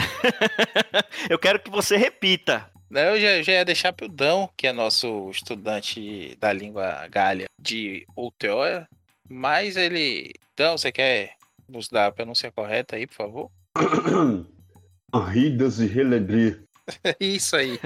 Eu quero que você repita. Eu já, já ia deixar pro Dão, que é nosso estudante da língua galha de Outeoia, mas ele... Dão, você quer nos dar a pronúncia correta aí, por favor? Henri Désiré Landru. Isso aí.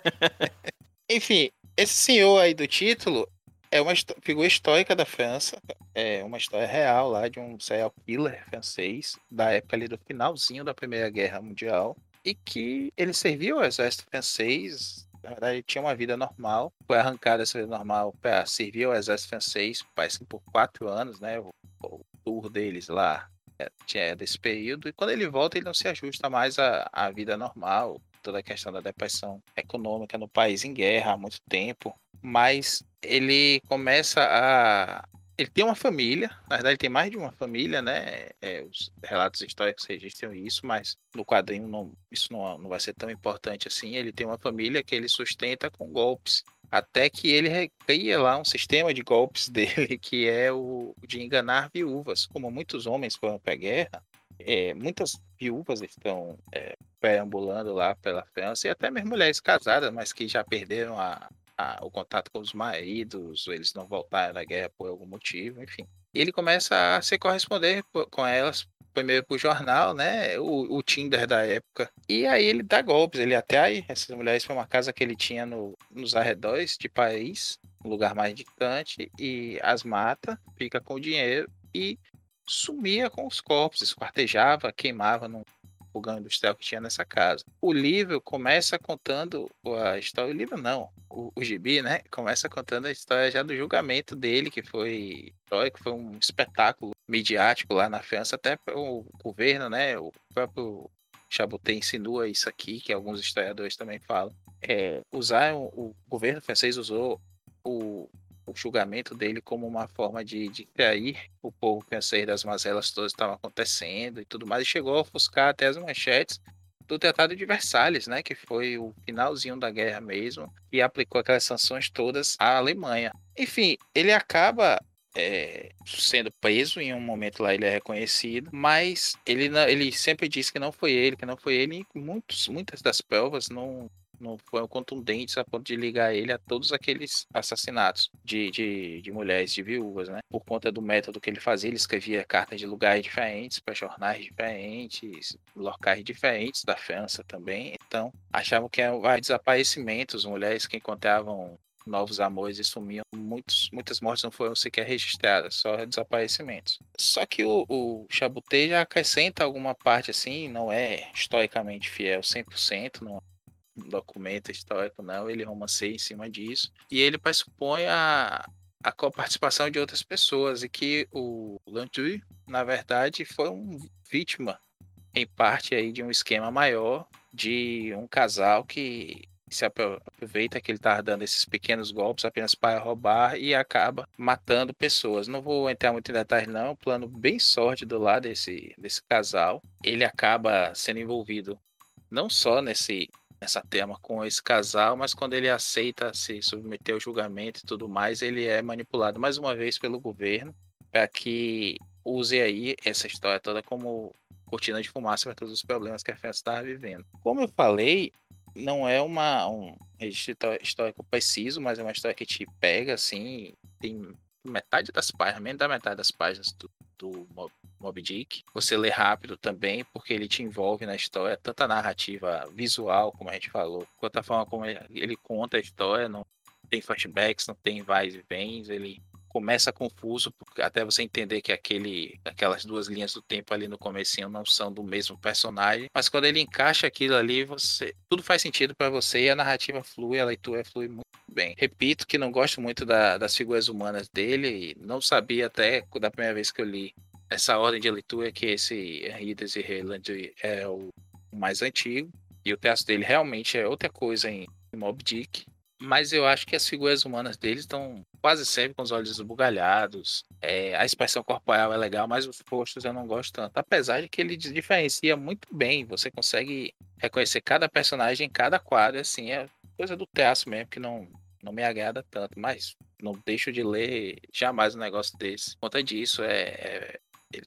Enfim, esse senhor aí do título é uma figura histórica da França, é uma história real lá de um serial killer francês da época ali do finalzinho da Primeira Guerra Mundial, e que ele serviu ao exército francês. Na verdade, ele tinha uma vida normal, foi arrancado essa vida normal para servir ao exército francês, parece que por quatro anos, né? O, o tour deles lá é, tinha desse período, e quando ele volta, ele não se ajusta mais à, à vida normal, toda a questão da depressão econômica no país em guerra há muito tempo, mas ele começa a... Ele tem uma família, na verdade ele tem mais de uma família, né? É, os relatos históricos registram isso, mas no quadrinho não, isso não, não vai ser tão importante assim. Ele tem uma família que ele sustenta com golpes, até que ele recria lá um sistema de golpes dele, que é o de enganar viúvas. Como muitos homens foram para a guerra, é, muitas viúvas estão é, perambulando lá pela França, e até mesmo mulheres casadas, mas que já perderam a A, o contato com os maridos, eles não voltaram da guerra por algum motivo, enfim. E ele começa a se corresponder com elas, primeiro por jornal, né, o, o Tinder da época. E aí ele dá golpes, ele atrai essas mulheres para uma casa que ele tinha no, nos arredores de Paris, um lugar mais distante, e as mata, fica com o dinheiro e sumia com os corpos, esquartejava, queimava num fogão industrial que tinha nessa casa. O livro começa contando a história, o livro não, o, o gibi, né? Começa contando a história já do julgamento dele, que foi histórico, foi um espetáculo midiático lá na França, até o governo, né? O próprio Chaboté insinua isso aqui, que alguns historiadores também falam. É, usaram, o governo francês usou o o julgamento dele como uma forma de, de trair o povo francês das mazelas todas que estavam acontecendo e tudo mais, e chegou a ofuscar até as manchetes do Tratado de Versalhes, né, que foi o finalzinho da guerra mesmo, e aplicou aquelas sanções todas à Alemanha. Enfim, ele acaba é, sendo preso, em um momento lá ele é reconhecido, mas ele, não, ele sempre disse que não foi ele, que não foi ele, e muitos, muitas das provas não não foram contundentes a ponto de ligar ele a todos aqueles assassinatos de, de, de mulheres, de viúvas, né? Por conta do método que ele fazia, ele escrevia cartas de lugares diferentes, para jornais diferentes, locais diferentes da França também. Então, achavam que eram vários desaparecimentos, mulheres que encontravam novos amores e sumiam. Muitos, muitas mortes não foram sequer registradas, só desaparecimentos. Só que o, o Chaboté já acrescenta alguma parte assim, não é historicamente fiel cem por cento, não documento histórico, não, ele romanceia em cima disso, e ele pressupõe a, a participação de outras pessoas, e que o Landru, na verdade, foi um vítima, em parte, aí, de um esquema maior, de um casal que se aproveita que ele está dando esses pequenos golpes apenas para roubar e acaba matando pessoas. Não vou entrar muito em detalhes, não, é um plano bem sórdido lá desse, desse casal. Ele acaba sendo envolvido não só nesse essa tema com esse casal, mas quando ele aceita se submeter ao julgamento e tudo mais, ele é manipulado mais uma vez pelo governo para que use aí essa história toda como cortina de fumaça para todos os problemas que a França estava vivendo. Como eu falei, não é uma, um registro histórico preciso, mas é uma história que te pega, assim, tem metade das páginas, menos da metade das páginas do, do Moby Dick. Você lê rápido também, porque ele te envolve na história, tanto a narrativa visual, como a gente falou, quanto a forma como ele, ele conta a história, não tem flashbacks, não tem vais e vens, ele começa confuso, até você entender que aquele, aquelas duas linhas do tempo ali no comecinho não são do mesmo personagem, mas quando ele encaixa aquilo ali, você, tudo faz sentido para você e a narrativa flui, a leitura flui muito bem. Repito que não gosto muito da, das figuras humanas dele, não sabia até da primeira vez que eu li essa ordem de leitura que esse Henry Desiré Landry é o mais antigo, e o texto dele realmente é outra coisa em, em Moby Dick. Mas eu acho que as figuras humanas deles estão quase sempre com os olhos esbugalhados. É, a expressão corporal é legal, mas os rostos eu não gosto tanto. Apesar de que ele diferencia muito bem. Você consegue reconhecer cada personagem em cada quadro. Assim, é coisa do traço mesmo que não, não me agrada tanto. Mas não deixo de ler jamais um negócio desse. Por conta disso, é, é,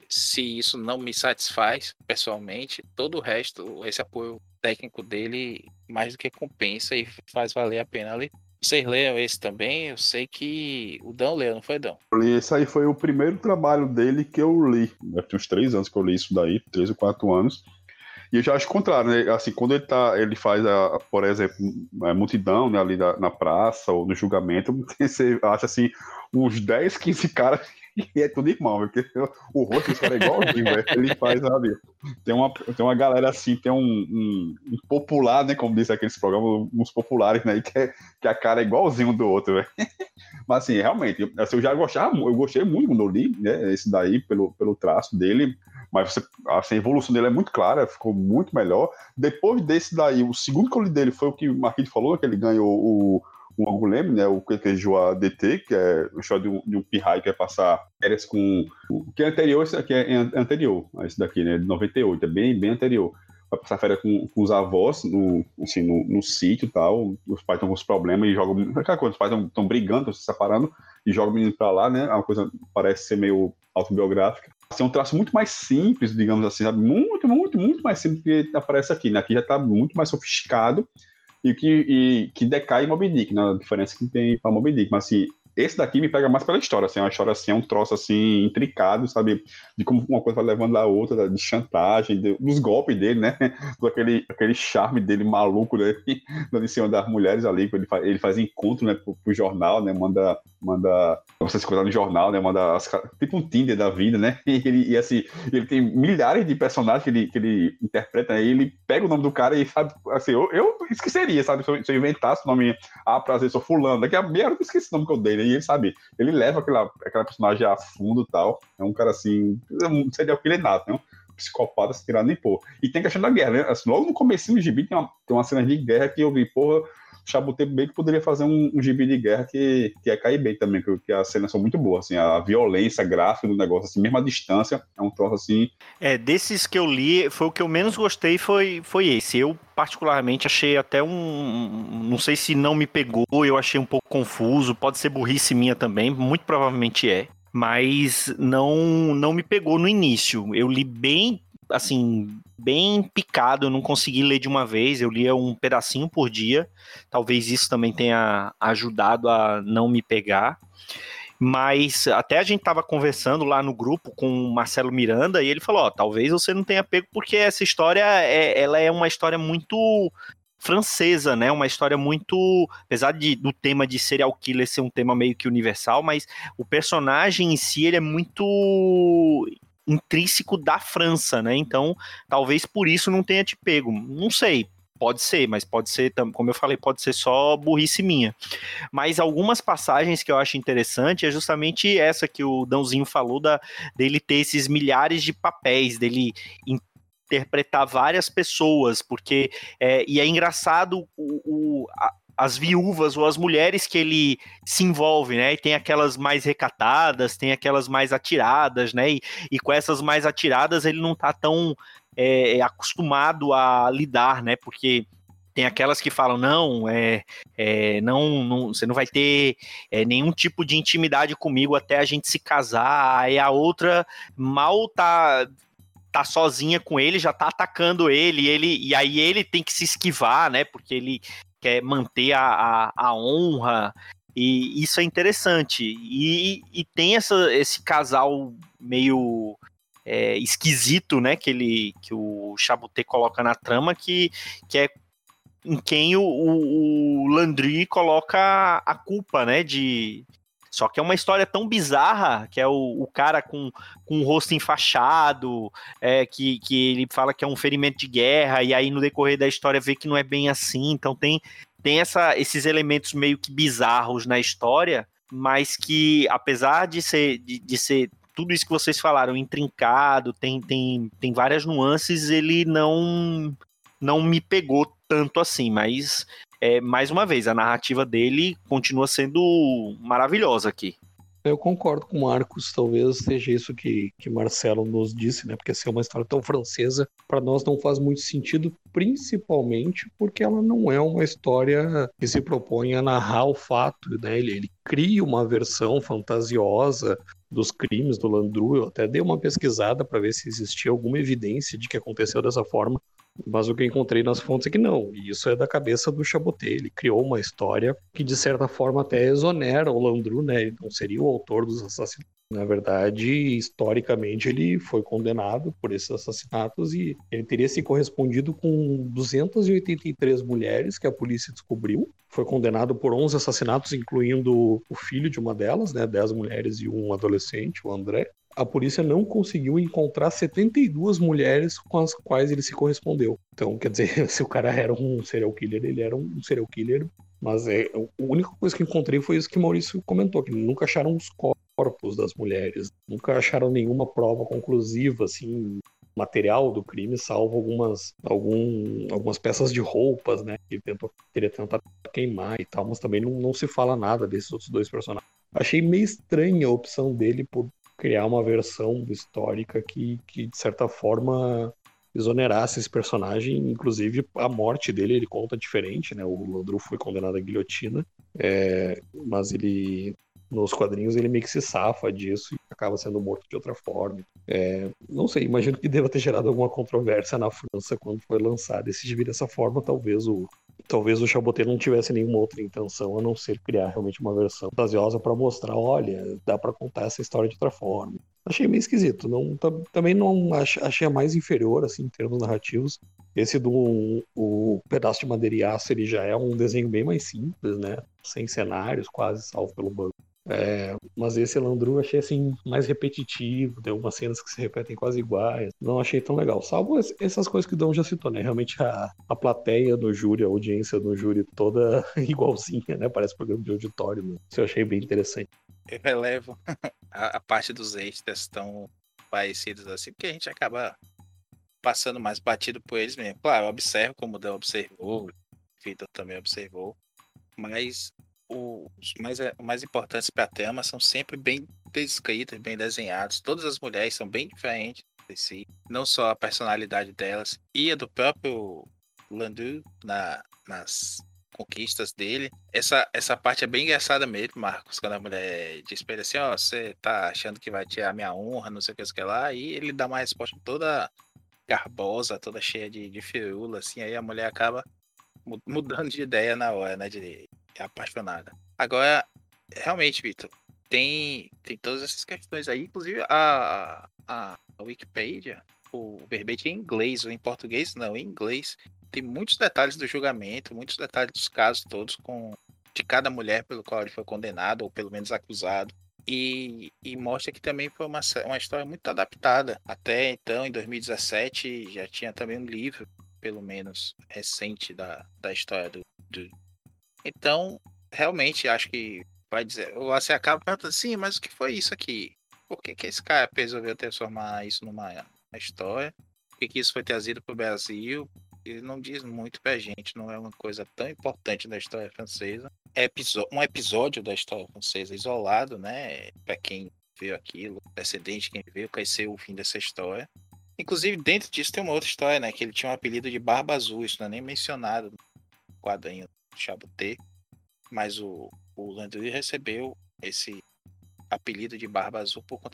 se isso não me satisfaz pessoalmente, todo o resto, esse apoio técnico dele mais do que compensa e faz valer a pena ler. Vocês leram esse também? Eu sei que o Dão leu, não foi, Dão? Esse aí foi o primeiro trabalho dele que eu li. Deve ter uns três anos que eu li isso daí, três ou quatro anos. E eu já acho o contrário, né? Assim, quando ele, tá, ele faz, a, por exemplo, a multidão, né, ali na, na praça ou no julgamento, você acha assim, uns dez, quinze caras e é tudo irmão, porque o rosto dos caras é igualzinho, velho. Ele faz, sabe? Tem uma, tem uma galera assim, tem um, um, um popular, né? Como diz aqueles programas, uns populares, né? Que, é, que a cara é igualzinho um do outro, velho. Mas assim, realmente, assim, eu já gostava, eu gostei muito quando eu li, né? Esse daí, pelo, pelo traço dele. Mas você, assim, a evolução dele é muito clara, ficou muito melhor. Depois desse daí, o segundo que eu li dele foi o que o Marquinhos falou, que ele ganhou o. o Anguleme, né, o que é Joa D T, que é a história de um, de um pirraio que vai passar férias com... O que é anterior, esse daqui é anterior, a esse daqui, né, de noventa e oito, é bem, bem anterior. Vai passar férias com, com os avós, no, assim, no, no sítio e tal, os pais estão com os problemas e jogam... Aquela coisa, os pais estão brigando, estão se separando, e jogam o menino pra lá, né, é uma coisa parece ser meio autobiográfica. Assim, é um traço muito mais simples, digamos assim, sabe? Muito, muito, muito mais simples do que aparece aqui, né, aqui já está muito mais sofisticado, e que, e, que decai em Moby Dick, né? A diferença que tem para Moby Dick. Mas assim, esse daqui me pega mais pela história, assim, uma história assim, é um troço assim, intricado, sabe? De como uma coisa vai levando a outra, de chantagem, de, dos golpes dele, né? Do aquele, aquele charme dele maluco, né? Dando em cima das mulheres ali, ele faz, ele faz encontro, né, pro, pro jornal, né? Manda, manda você se coisar no jornal, né? Manda as, tipo um Tinder da vida, né? E, ele, e assim, ele tem milhares de personagens que ele, que ele interpreta, né? E ele pega o nome do cara e sabe, assim, eu, eu esqueceria, sabe? Se eu, se eu inventasse o nome, ah, prazer, sou fulano, daqui a meia hora eu esqueci o nome que eu dei, né? E ele sabe, ele leva aquela, aquela personagem a fundo e tal. É um cara assim, não seria o que ele é nato, né? Um psicopata se tirar nem pôr. E tem a questão da guerra, né? Assim, logo no comecinho do gibi tem uma, tem uma cena de guerra que eu vi, porra, Chabutê bem que poderia fazer um, um gibi de guerra que, que ia cair bem também, porque as cenas são muito boas, assim, a violência gráfica do negócio, assim, mesmo a distância, é um troço assim... É, desses que eu li, foi o que eu menos gostei, foi, foi esse. Eu, particularmente, achei até um... Não sei se não me pegou, eu achei um pouco confuso, pode ser burrice minha também, muito provavelmente é, mas não, não me pegou no início. Eu li bem... assim, bem picado, eu não consegui ler de uma vez, eu lia um pedacinho por dia, talvez isso também tenha ajudado a não me pegar, mas até a gente tava conversando lá no grupo com o Marcelo Miranda, e ele falou, ó, talvez você não tenha pego, porque essa história, é, ela é uma história muito francesa, né, uma história muito, apesar de, do tema de serial killer ser um tema meio que universal, mas o personagem em si, ele é muito... intrínseco da França, né? Então, talvez por isso não tenha te pego. Não sei, pode ser, mas pode ser, como eu falei, pode ser só burrice minha. Mas algumas passagens que eu acho interessante é justamente essa que o Dãozinho falou, da, dele ter esses milhares de papéis, dele interpretar várias pessoas, porque, é, e é engraçado o, o a, as viúvas ou as mulheres que ele se envolve, né, e tem aquelas mais recatadas, tem aquelas mais atiradas, né, e, e com essas mais atiradas ele não tá tão é, acostumado a lidar, né, porque tem aquelas que falam, não, é, é, não, não, você não vai ter é, nenhum tipo de intimidade comigo até a gente se casar, aí a outra mal tá... tá sozinha com ele, já tá atacando ele, ele e aí ele tem que se esquivar, né? Porque ele quer manter a, a, a honra, e isso é interessante. E, e tem essa, esse casal meio é, esquisito, né? Que, ele, que o Chaboté coloca na trama, que, que é em quem o, o, o Landry coloca a culpa, né? De... Só que é uma história tão bizarra, que é o, o cara com, com o rosto enfaixado, é, que, que ele fala que é um ferimento de guerra, e aí no decorrer da história vê que não é bem assim. Então tem, tem essa, esses elementos meio que bizarros na história, mas que, apesar de ser, de, de ser tudo isso que vocês falaram, intrincado, tem, tem, tem várias nuances, ele não, não me pegou tanto assim, mas... É, mais uma vez, a narrativa dele continua sendo maravilhosa aqui. Eu concordo com o Marcos, talvez seja isso que, que Marcelo nos disse, né? Porque ser uma história tão francesa, para nós não faz muito sentido, principalmente porque ela não é uma história que se propõe a narrar o fato, né? Ele, ele cria uma versão fantasiosa dos crimes do Landru. Eu até dei uma pesquisada para ver se existia alguma evidência de que aconteceu dessa forma, mas o que eu encontrei nas fontes é que não, e isso é da cabeça do Chaboté. Ele criou uma história que de certa forma até exonera o Landru, né? Ele não seria o autor dos assassinatos. Na verdade, historicamente, ele foi condenado por esses assassinatos e ele teria se correspondido com duzentas e oitenta e três mulheres que a polícia descobriu. Foi condenado por onze assassinatos, incluindo o filho de uma delas, né? dez mulheres e um adolescente, o André. A polícia não conseguiu encontrar setenta e duas mulheres com as quais ele se correspondeu. Então, quer dizer, se o cara era um serial killer, ele era um serial killer. Mas é, a única coisa que encontrei foi isso que o Maurício comentou, que nunca acharam os corpos das mulheres. Nunca acharam nenhuma prova conclusiva, assim, material do crime, salvo algumas, algum, algumas peças de roupas, né? Que ele tentou, teria tentado queimar e tal, mas também não, não se fala nada desses outros dois personagens. Achei meio estranha a opção dele por criar uma versão histórica que, que, de certa forma, exonerasse esse personagem. Inclusive, a morte dele, ele conta diferente, né? O Landru foi condenado à guilhotina, é, mas ele, nos quadrinhos, ele meio que se safa disso e acaba sendo morto de outra forma. É, não sei, imagino que deva ter gerado alguma controvérsia na França quando foi lançado esse gibi dessa forma. Talvez o Talvez o Chaboté não tivesse nenhuma outra intenção a não ser criar realmente uma versão fantasiosa para mostrar, olha, dá para contar essa história de outra forma. Achei meio esquisito. Não, também não ach, achei a mais inferior, assim, em termos narrativos. Esse do um, o pedaço de madeira e aço, ele já é um desenho bem mais simples, né? Sem cenários, quase, salvo pelo banco. É, mas esse Landru eu achei assim mais repetitivo, tem algumas cenas que se repetem quase iguais, não achei tão legal, salvo essas coisas que o Dom já citou, né? Realmente a, a plateia do júri, a audiência do júri toda igualzinha, né? Parece programa de auditório, né? Isso eu achei bem interessante. Eu relevo a, a parte dos extras tão parecidos assim, porque a gente acaba passando mais batido por eles mesmo. Claro, eu observo como o Dan observou, o Vitor também observou, mas os mais, mais importantes para a trama são sempre bem descritos, bem desenhados. Todas as mulheres são bem diferentes de si, não só a personalidade delas e a do próprio Landru na, nas conquistas dele. Essa, essa parte é bem engraçada mesmo, Marcos, quando a mulher diz pra ele assim, ó, oh, você tá achando que vai tirar minha honra, não sei o que, sei o que lá, e ele dá uma resposta toda garbosa, toda cheia de, de firula, assim, aí a mulher acaba mudando de ideia na hora, né, de é apaixonada. Agora, realmente, Vitor, tem, tem todas essas questões aí, inclusive a, a, a Wikipedia, o verbete é em inglês, ou em português não, em inglês, tem muitos detalhes do julgamento, muitos detalhes dos casos todos, com, de cada mulher pelo qual ele foi condenado, ou pelo menos acusado, e, e mostra que também foi uma, uma história muito adaptada. Até então, em dois mil e dezessete, já tinha também um livro, pelo menos recente, da, da história do, do Então, realmente, acho que vai dizer. Você acaba perguntando assim, mas o que foi isso aqui? Por que, que esse cara resolveu transformar isso numa, numa história? Por que, que isso foi trazido para o Brasil? Ele não diz muito pra gente, não é uma coisa tão importante da história francesa. É um episódio da história francesa isolado, né? Para quem viu aquilo, precedente, quem viu, conheceu o fim dessa história. Inclusive, dentro disso tem uma outra história, né? Que ele tinha um apelido de Barba Azul, isso não é nem mencionado no quadrinho Chaboté, mas o, o Landry recebeu esse apelido de Barba Azul por conta do,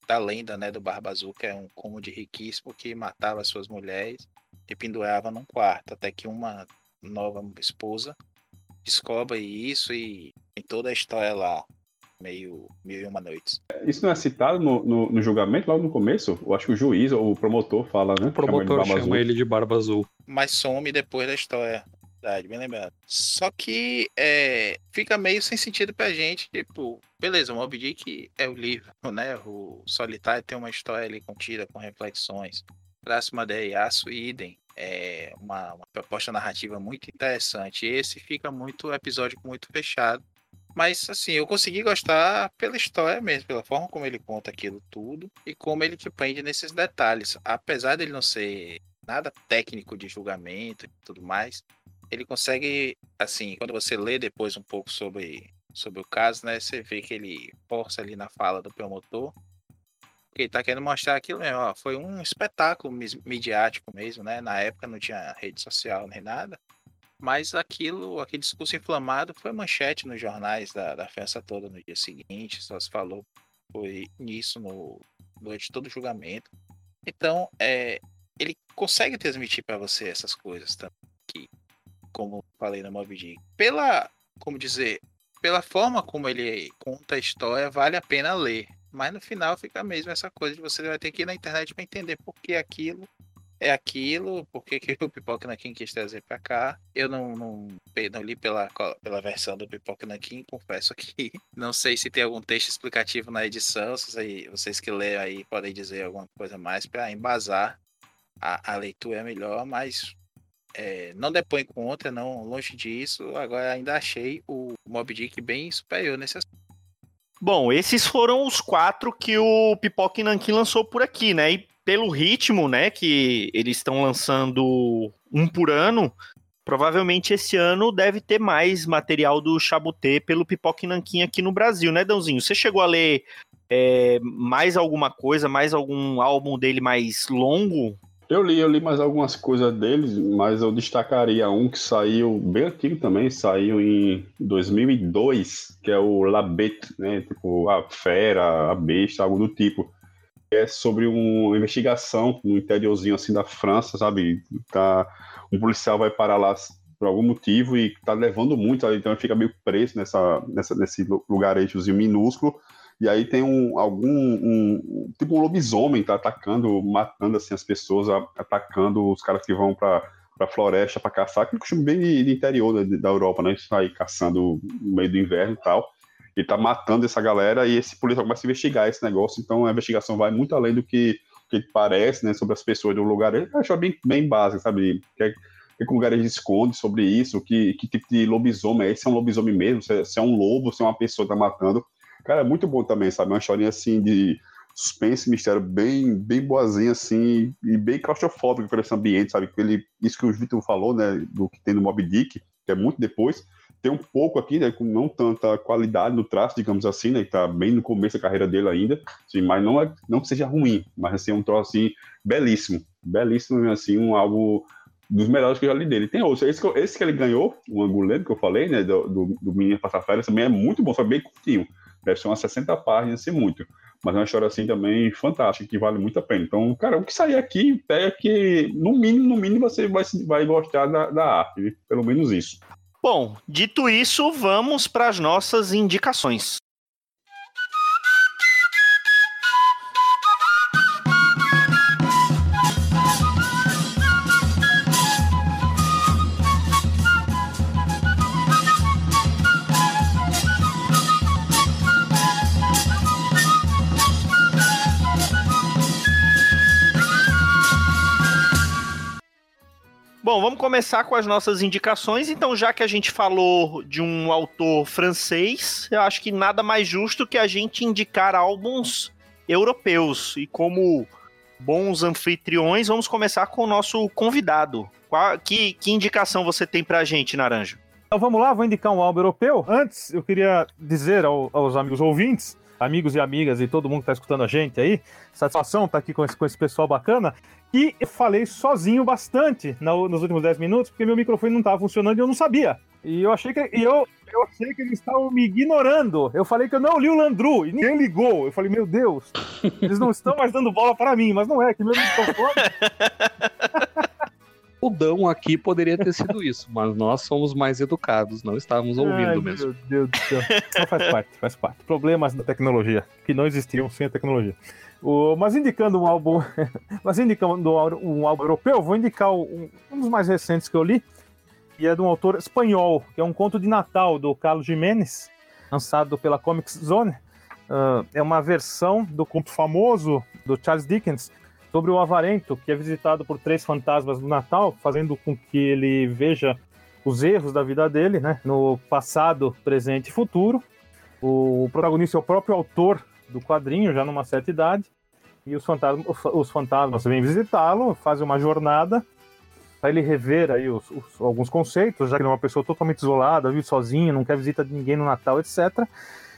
da lenda, né, do Barba Azul, que é um cômodo riquíssimo que matava suas mulheres e pendurava num quarto, até que uma nova esposa descobre isso e em toda a história lá, meio mil e uma noites. Isso não é citado no, no, no julgamento, logo no começo? Eu acho que o juiz ou o promotor fala, né? O promotor chama, chama ele de Barba Azul. Mas some depois da história. Verdade, bem lembrado. Só que é, fica meio sem sentido pra gente, tipo, beleza, o Moby Dick é o livro, né? O Solitário tem uma história ali contida com reflexões. Próxima de Yasuo Idem é uma, uma proposta narrativa muito interessante. Esse fica muito episódio muito fechado. Mas, assim, eu consegui gostar pela história mesmo, pela forma como ele conta aquilo tudo e como ele te prende nesses detalhes. Apesar dele não ser nada técnico de julgamento e tudo mais, ele consegue, assim, quando você lê depois um pouco sobre, sobre o caso, né, você vê que ele força ali na fala do promotor, porque ele tá querendo mostrar aquilo mesmo, ó, foi um espetáculo midiático mesmo, né, na época não tinha rede social nem nada, mas aquilo, aquele discurso inflamado foi manchete nos jornais da, da França toda no dia seguinte, só se falou foi nisso no, durante todo o julgamento. Então, é, ele consegue transmitir para você essas coisas também, que, como falei no Moby Dick, pela, como dizer, pela forma como ele conta a história, vale a pena ler, mas no final fica mesmo essa coisa de você vai ter que ir na internet para entender por que aquilo é aquilo, por que o Pipoca Nanquim quis trazer pra cá. Eu não, não, não li pela, pela versão do Pipoca Nanquim, confesso que não sei se tem algum texto explicativo na edição, se vocês, vocês que leram aí podem dizer alguma coisa mais para embasar a, a leitura melhor, mas é, não depõe contra, não, longe disso. Agora ainda achei o Moby Dick bem superior nesse aspecto. Bom, esses foram os quatro que o Pipoca Nanquim lançou por aqui, né? E pelo ritmo, né, que eles estão lançando um por ano, provavelmente esse ano deve ter mais material do Chabutê pelo Pipoca Nanquim aqui no Brasil, né, Dãozinho? Você chegou a ler é, mais alguma coisa, mais algum álbum dele mais longo? Eu li, eu li mais algumas coisas deles, mas eu destacaria um que saiu bem antigo também, saiu em dois mil e dois, que é o La Bête, né, tipo a fera, a besta, algo do tipo. É sobre uma investigação no interiorzinho assim da França, sabe? Tá, um policial vai parar lá por algum motivo e tá levando muito, sabe? Então ele fica meio preso nessa, nessa, nesse lugarejozinho minúsculo. E aí tem um, algum, um, tipo um lobisomem tá atacando, matando assim as pessoas, atacando os caras que vão pra, pra floresta pra caçar, que é um costume bem de, de interior da, da Europa, né? Sair caçando no meio do inverno e tal. Ele tá matando essa galera e esse policial começa a investigar esse negócio, então a investigação vai muito além do que, que parece, né, sobre as pessoas do lugar. Eu acho bem, bem básico, sabe? Que, que lugar eles escondem sobre isso, que, que tipo de lobisomem é esse? É um lobisomem mesmo? Se é, se é um lobo, se é uma pessoa que tá matando. Cara, é muito bom também, sabe? Uma historinha assim de suspense, mistério, bem, bem boazinha, assim, e bem claustrofóbico por esse ambiente, sabe? Ele, isso que o Vitor falou, né, do que tem no Moby Dick, que é muito depois. Tem um pouco aqui, né, com não tanta qualidade no traço, digamos assim, né, que tá bem no começo da carreira dele ainda, assim, mas não, é, não que seja ruim, mas assim, é um troço assim, belíssimo, belíssimo, assim, um algo dos melhores que eu já li dele. Tem outros, esse, esse que ele ganhou, o Angoleiro, que eu falei, né, do, do, do Menino Passar-Férias, também é muito bom, só bem curtinho, deve ser umas sessenta páginas, assim, muito, mas é uma história assim também fantástica, que vale muito a pena. Então, cara, o que sair aqui, pega que, no mínimo, no mínimo, você vai, vai gostar da, da arte, viu? Pelo menos isso. Bom, dito isso, vamos para as nossas indicações. Bom, vamos começar com as nossas indicações. Então, já que a gente falou de um autor francês, eu acho que nada mais justo que a gente indicar álbuns europeus. E como bons anfitriões, vamos começar com o nosso convidado. Qual, que, que indicação você tem pra gente, Naranjo? Então vamos lá, vou indicar um álbum europeu. Antes, eu queria dizer ao, aos amigos ouvintes, amigos e amigas e todo mundo que tá escutando a gente aí, satisfação estar aqui com esse, com esse pessoal bacana. E eu falei sozinho bastante no, nos últimos dez minutos, porque meu microfone não estava funcionando e eu não sabia. E eu achei que... E eu, Eu achei que eles estavam me ignorando. Eu falei que eu não li o Landru e ninguém ligou. Eu falei, meu Deus, eles não estão mais dando bola para mim, mas não é, que mesmo estão falando. O Dão aqui poderia ter sido isso, mas nós somos mais educados, não estávamos ouvindo Ai, mesmo. Meu Deus do céu. Não, faz parte, faz parte. Problemas da tecnologia, que não existiam sem a tecnologia. O, mas indicando um álbum, mas indicando um álbum europeu, vou indicar um, um dos mais recentes que eu li, e é de um autor espanhol, que é um conto de Natal do Carlos Jiménez, lançado pela Comics Zone. Uh, é uma versão do conto famoso do Charles Dickens sobre o Avarento, que é visitado por três fantasmas do Natal, fazendo com que ele veja os erros da vida dele, né, no passado, presente e futuro. O protagonista é o próprio autor do quadrinho, já numa certa idade, e os fantasmas, os fantasmas vêm visitá-lo, fazem uma jornada para ele rever aí os, os, alguns conceitos, já que ele é uma pessoa totalmente isolada, vive sozinho, não quer visita de ninguém no Natal, etcétera.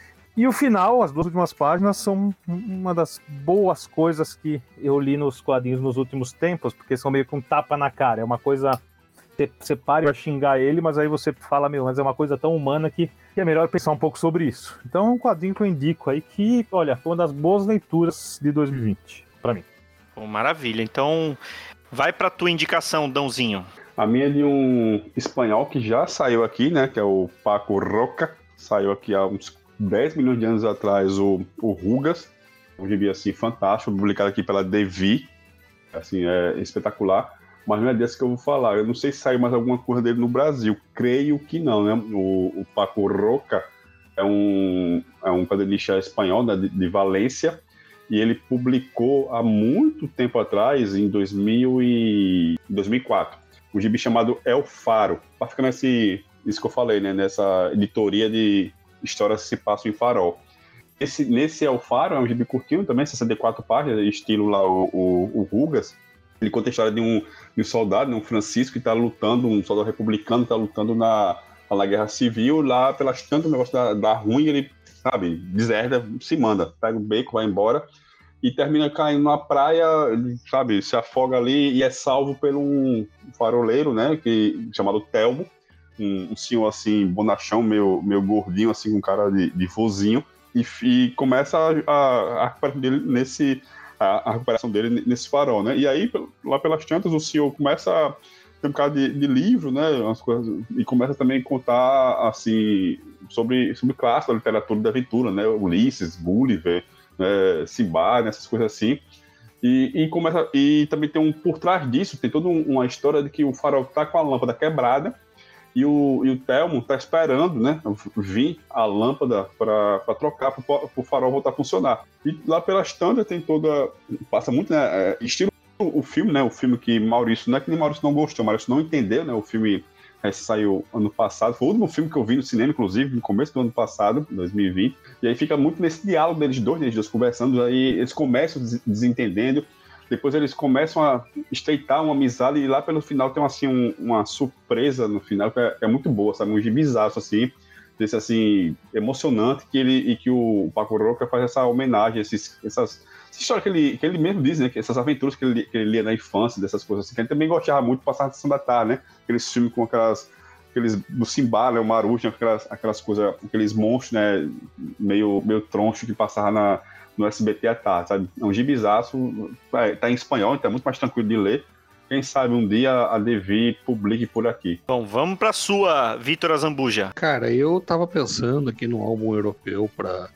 E o final, as duas últimas páginas, são uma das boas coisas que eu li nos quadrinhos nos últimos tempos, porque são meio que um tapa na cara. É uma coisa... Você para pra xingar ele, mas aí você fala, meu, mas é uma coisa tão humana que é melhor pensar um pouco sobre isso. Então é um quadrinho que eu indico aí que, olha, foi uma das boas leituras de dois mil e vinte, pra mim. Pô, maravilha. Então, vai pra tua indicação, Dãozinho. A minha é de um espanhol que já saiu aqui, né? Que é o Paco Roca. Saiu aqui há uns dez milhões de anos atrás, o, o Rugas. Um gibi, assim, fantástico, publicado aqui pela Devi. Assim, é espetacular. Mas não é desse que eu vou falar. Eu não sei se saiu mais alguma coisa dele no Brasil. Creio que não, né? O, o Paco Roca é um, é um quadrinista espanhol, né, de, de Valência. E ele publicou há muito tempo atrás, em dois mil e quatro, um gibi chamado El Faro. Para ficar nesse, isso que eu falei, né? Nessa editoria de histórias que se passam em farol. Esse, nesse El Faro é um gibi curtinho também, sessenta e quatro páginas, estilo lá o, o, o Rugas. Ele conta a história de um, de um soldado, um Francisco, que está lutando, um soldado republicano, está lutando na, na Guerra Civil, lá pelas tantas, o negócio da, da ruim, ele, sabe, deserta, se manda, pega o beco, vai embora, e termina caindo na praia, sabe, se afoga ali e é salvo por um faroleiro, né, que, chamado Telmo, um, um senhor, assim, bonachão, meio, meio gordinho, assim, com cara de, de vozinho, e, e começa a, a, a recuperação dele nesse... A, a recuperação dele nesse farol, né? E aí, lá pelas tantas, o senhor começa a ter um bocado de, de livro, né? Umas coisas, e começa também a contar, assim, sobre, sobre clássico da literatura da aventura, né? Ulisses, Gulliver, né? Simba, né? Essas coisas assim. E, e, começa, e também tem um, por trás disso, tem toda uma história de que o farol tá com a lâmpada quebrada e o, e o Telmo tá esperando, né, vir a lâmpada para trocar, para o farol voltar a funcionar. E lá pelas tantas tem toda... Passa muito, né, é, estilo o filme, né, o filme que Maurício... Não é que nem Maurício não gostou, Maurício não entendeu, né, o filme é, saiu ano passado. Foi o último filme que eu vi no cinema, inclusive, no começo do ano passado, dois mil e vinte. E aí fica muito nesse diálogo deles dois, eles dois conversando, aí eles começam desentendendo. Depois eles começam a estreitar uma amizade e lá pelo final tem assim, um, uma surpresa no final que é, é muito boa, sabe? Um gibizaço assim, desse assim, emocionante que ele, e que o Paco Roca faz essa homenagem, esses, essas, essa história que ele, que ele mesmo diz, né? Que essas aventuras que ele, que ele lia na infância, dessas coisas assim, que ele também gostava muito de passar na sessão da tarde, né? Aqueles filmes com aquelas... aqueles do Simba, né? O Marujo, aquelas, aquelas coisas, aqueles monstros, né? Meio, meio troncho que passava na... no S B T à tarde, sabe? É um gibizaço, tá em espanhol, então é muito mais tranquilo de ler. Quem sabe um dia a Devi publique por aqui. Bom, vamos pra sua, Vitor Azambuja. Cara, eu tava pensando aqui no álbum europeu pra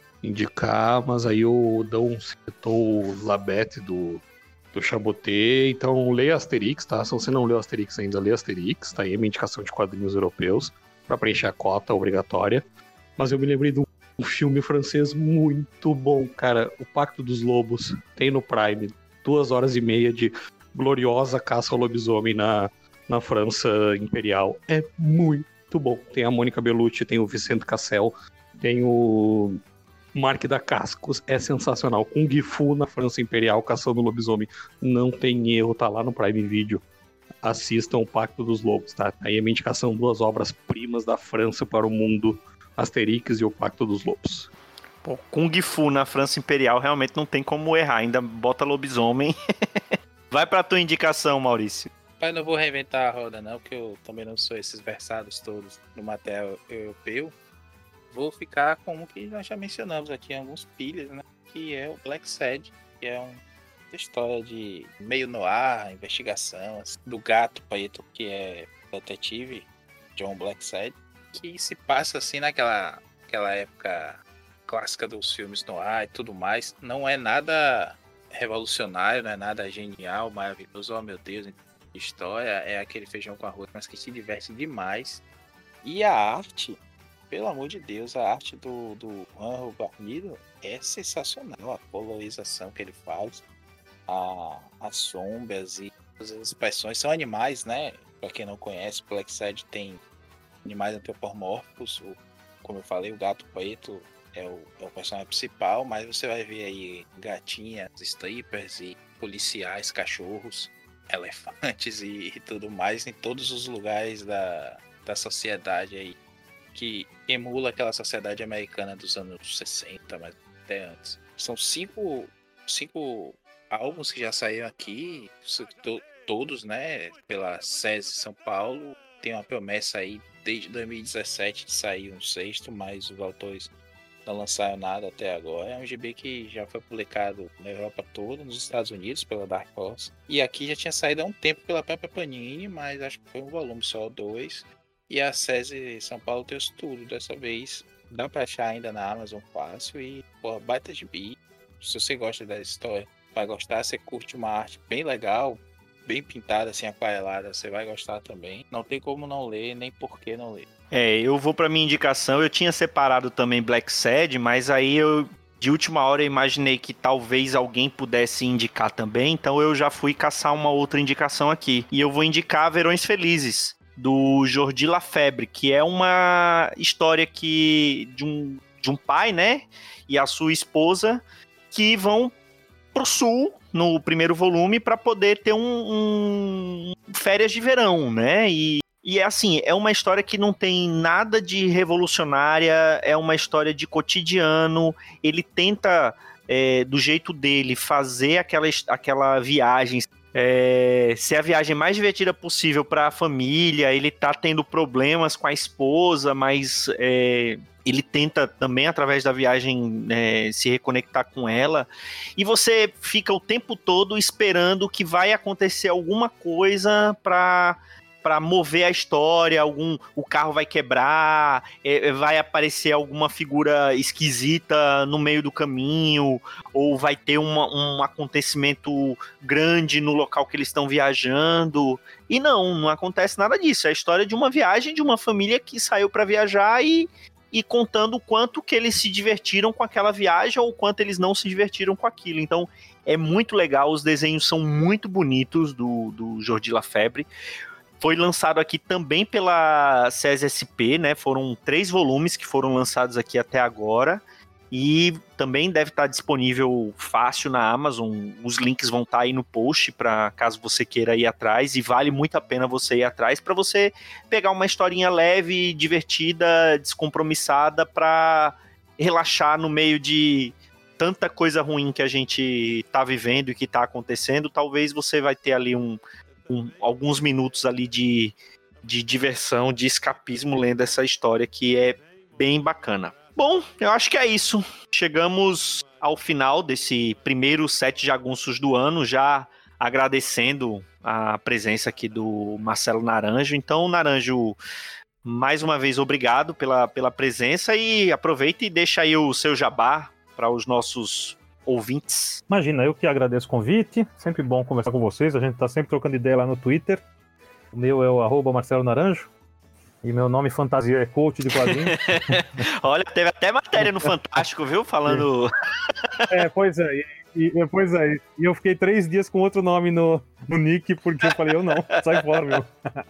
indicar, mas aí o Dão citou o Labette do, do Chaboté, então leia Asterix, tá? Se você não leu Asterix ainda, leia Asterix, tá aí a minha indicação de quadrinhos europeus, pra preencher a cota obrigatória. Mas eu me lembrei de um Um filme francês muito bom, cara. O Pacto dos Lobos tem no Prime. Duas horas e meia de gloriosa caça ao lobisomem na, na França Imperial. É muito bom. Tem a Mônica Bellucci, tem o Vicente Cassel, tem o Mark da Cascos. É sensacional. Kung Fu na França Imperial caçando lobisomem. Não tem erro, tá lá no Prime Video. Assistam o Pacto dos Lobos, tá? Aí a minha indicação, duas obras-primas da França para o mundo. Asterix e o Pacto dos Lobos. Pô, Kung Fu na França Imperial realmente não tem como errar, ainda bota lobisomem. Vai pra tua indicação, Maurício. Rapaz, não vou reinventar a roda não, porque eu também não sou esses versados todos no material europeu. Vou ficar com o que nós já mencionamos aqui, alguns pilhas, né? Que é o Black Sad, que é uma história de meio noir, investigação, assim, do gato preto, que é detetive John Blacksad, que se passa assim naquela aquela época clássica dos filmes noir e tudo mais. Não é nada revolucionário, não é nada genial, maravilhoso, oh meu Deus, história, é aquele feijão com arroz, mas que se diverte demais. E a arte, pelo amor de Deus, a arte do, do Juan Guarnido é sensacional, a colorização que ele faz, a, as sombras e as expressões, são animais, né? Para quem não conhece, o Black Sad tem animais antropomórficos, o, como eu falei, o gato preto é o, é o personagem principal, mas você vai ver aí gatinhas, strippers e policiais, cachorros, elefantes e, e tudo mais em todos os lugares da, da sociedade aí, que emula aquela sociedade americana dos anos sessenta, mas até antes. São cinco, cinco álbuns que já saíram aqui, to, todos, né, pela SESI São Paulo. Tem uma promessa aí desde dois mil e dezessete de sair um sexto, mas os autores não lançaram nada até agora. É um G B que já foi publicado na Europa toda, nos Estados Unidos pela Dark Horse, e aqui já tinha saído há um tempo pela própria Panini, mas acho que foi um volume só, dois. E a SESI São Paulo tem tudo dessa vez. Dá pra achar ainda na Amazon fácil e, pô, baita de bi. Se você gosta da história, vai gostar. Você curte uma arte bem legal, bem pintada, assim, aquarelada, você vai gostar também. Não tem como não ler, nem por que não ler. É, eu vou pra minha indicação. Eu tinha separado também Black Sad, mas aí eu, de última hora, eu imaginei que talvez alguém pudesse indicar também, então eu já fui caçar uma outra indicação aqui. E eu vou indicar Verões Felizes, do Jordi Lafebre, que é uma história que de um, de um pai, né, e a sua esposa, que vão pro sul no primeiro volume para poder ter um, um férias de verão, né, e, e é assim, é uma história que não tem nada de revolucionária, é uma história de cotidiano. Ele tenta, é, do jeito dele, fazer aquela, aquela viagem, É, ser a viagem mais divertida possível para a família. Ele tá tendo problemas com a esposa, mas é, ele tenta também, através da viagem, é, se reconectar com ela, e você fica o tempo todo esperando que vai acontecer alguma coisa para para mover a história, algum, o carro vai quebrar, é, vai aparecer alguma figura esquisita no meio do caminho, ou vai ter uma, um acontecimento grande no local que eles estão viajando. E não, não acontece nada disso. É a história de uma viagem de uma família que saiu para viajar e, e contando o quanto que eles se divertiram com aquela viagem ou o quanto eles não se divertiram com aquilo. Então é muito legal, os desenhos são muito bonitos do, do Jordi Lafebre. Foi lançado aqui também pela SESI S P, né? Foram três volumes que foram lançados aqui até agora. E também deve estar disponível fácil na Amazon. Os links vão estar aí no post, para caso você queira ir atrás. E vale muito a pena você ir atrás para você pegar uma historinha leve, divertida, descompromissada, para relaxar no meio de tanta coisa ruim que a gente está vivendo e que está acontecendo. Talvez você vai ter ali um... Um, alguns minutos ali de, de diversão, de escapismo lendo essa história, que é bem bacana. Bom, eu acho que é isso. Chegamos ao final desse primeiro Sete Jagunços do ano, já agradecendo a presença aqui do Marcelo Naranjo. Então, Naranjo, mais uma vez, obrigado pela, pela presença, e aproveita e deixa aí o seu jabá para os nossos ouvintes. Imagina, eu que agradeço o convite, sempre bom conversar com vocês, a gente tá sempre trocando ideia lá no Twitter. O meu é o arroba Marcelo Naranjo, e meu nome fantasia é coach de quadrinhos. Olha, teve até matéria no Fantástico, viu, falando... É, pois é, e, e, pois é, e eu fiquei três dias com outro nome no, no nick, porque eu falei, eu não, sai fora, meu.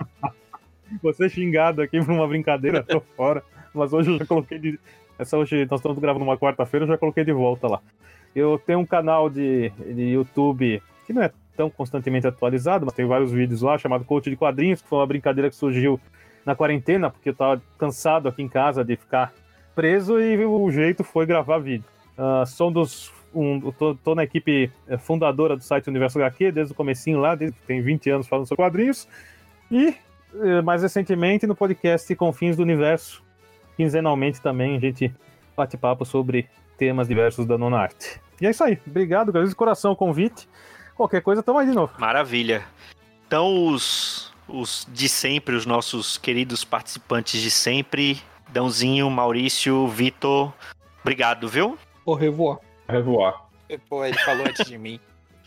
Você xingado aqui por uma brincadeira, tô fora, mas hoje eu já coloquei de... Essa hoje, nós estamos gravando uma quarta-feira, eu já coloquei de volta lá. Eu tenho um canal de, de YouTube que não é tão constantemente atualizado, mas tem vários vídeos lá, chamado Coach de Quadrinhos, que foi uma brincadeira que surgiu na quarentena, porque eu tava cansado aqui em casa de ficar preso e o jeito foi gravar vídeo. Uh, sou um dos um, tô, tô na equipe fundadora do site Universo H Q, desde o comecinho lá, desde que tem vinte anos falando sobre quadrinhos. E, mais recentemente, no podcast Confins do Universo, quinzenalmente também, a gente bate papo sobre temas diversos da nona arte. E é isso aí. Obrigado, agradeço de coração o convite. Qualquer coisa, tamo aí de novo. Maravilha. Então, os, os de sempre, os nossos queridos participantes de sempre, Dãozinho, Maurício, Vitor, obrigado, viu? Au revoir. Revoar. Pô, ele falou antes de mim.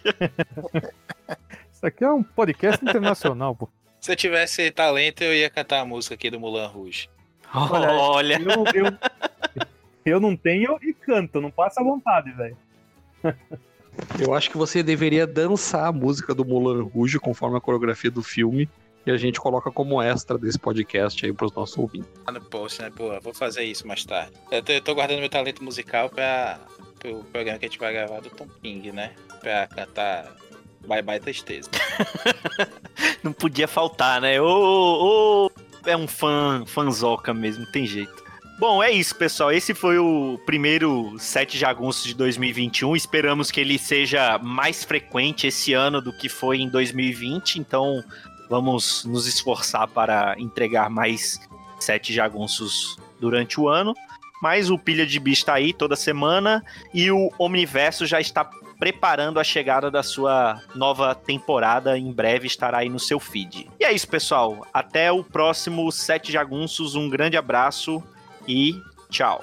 Isso aqui é um podcast internacional, pô. Se eu tivesse talento, eu ia cantar a música aqui do Moulin Rouge. Olha, Olha. Eu, eu, eu não tenho e canto, não passa à vontade, velho. Eu acho que você deveria dançar a música do Moulin Rouge conforme a coreografia do filme e a gente coloca como extra desse podcast aí pros nossos ouvintes. Lá no post, né? Pô, vou fazer isso mais tarde. Eu tô, eu tô guardando meu talento musical pra o programa que a gente vai gravar do Tom King, né? Pra cantar Bye Bye Tristeza. Não podia faltar, né? Ô, ô, ô, é um fã, fanzoca mesmo, tem jeito. Bom, é isso, pessoal. Esse foi o primeiro Sete Jagunços de dois mil e vinte e um. Esperamos que ele seja mais frequente esse ano do que foi em dois mil e vinte. Então, vamos nos esforçar para entregar mais Sete Jagunços durante o ano. Mas o Pilha de Bicho está aí toda semana e o Omniverso já está preparando a chegada da sua nova temporada. Em breve estará aí no seu feed. E é isso, pessoal. Até o próximo Sete Jagunços. Um grande abraço e tchau.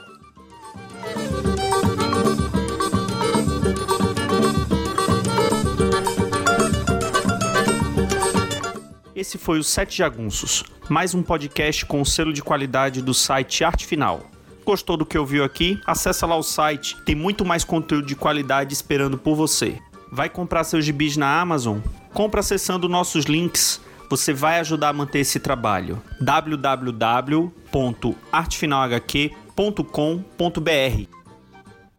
Esse foi o Sete Jagunços, mais um podcast com o selo de qualidade do site Arte Final. Gostou do que ouviu aqui? Acessa lá o site, tem muito mais conteúdo de qualidade esperando por você. Vai comprar seus gibis na Amazon? Compra acessando nossos links, você vai ajudar a manter esse trabalho. w w w ponto arte final h q ponto com ponto b r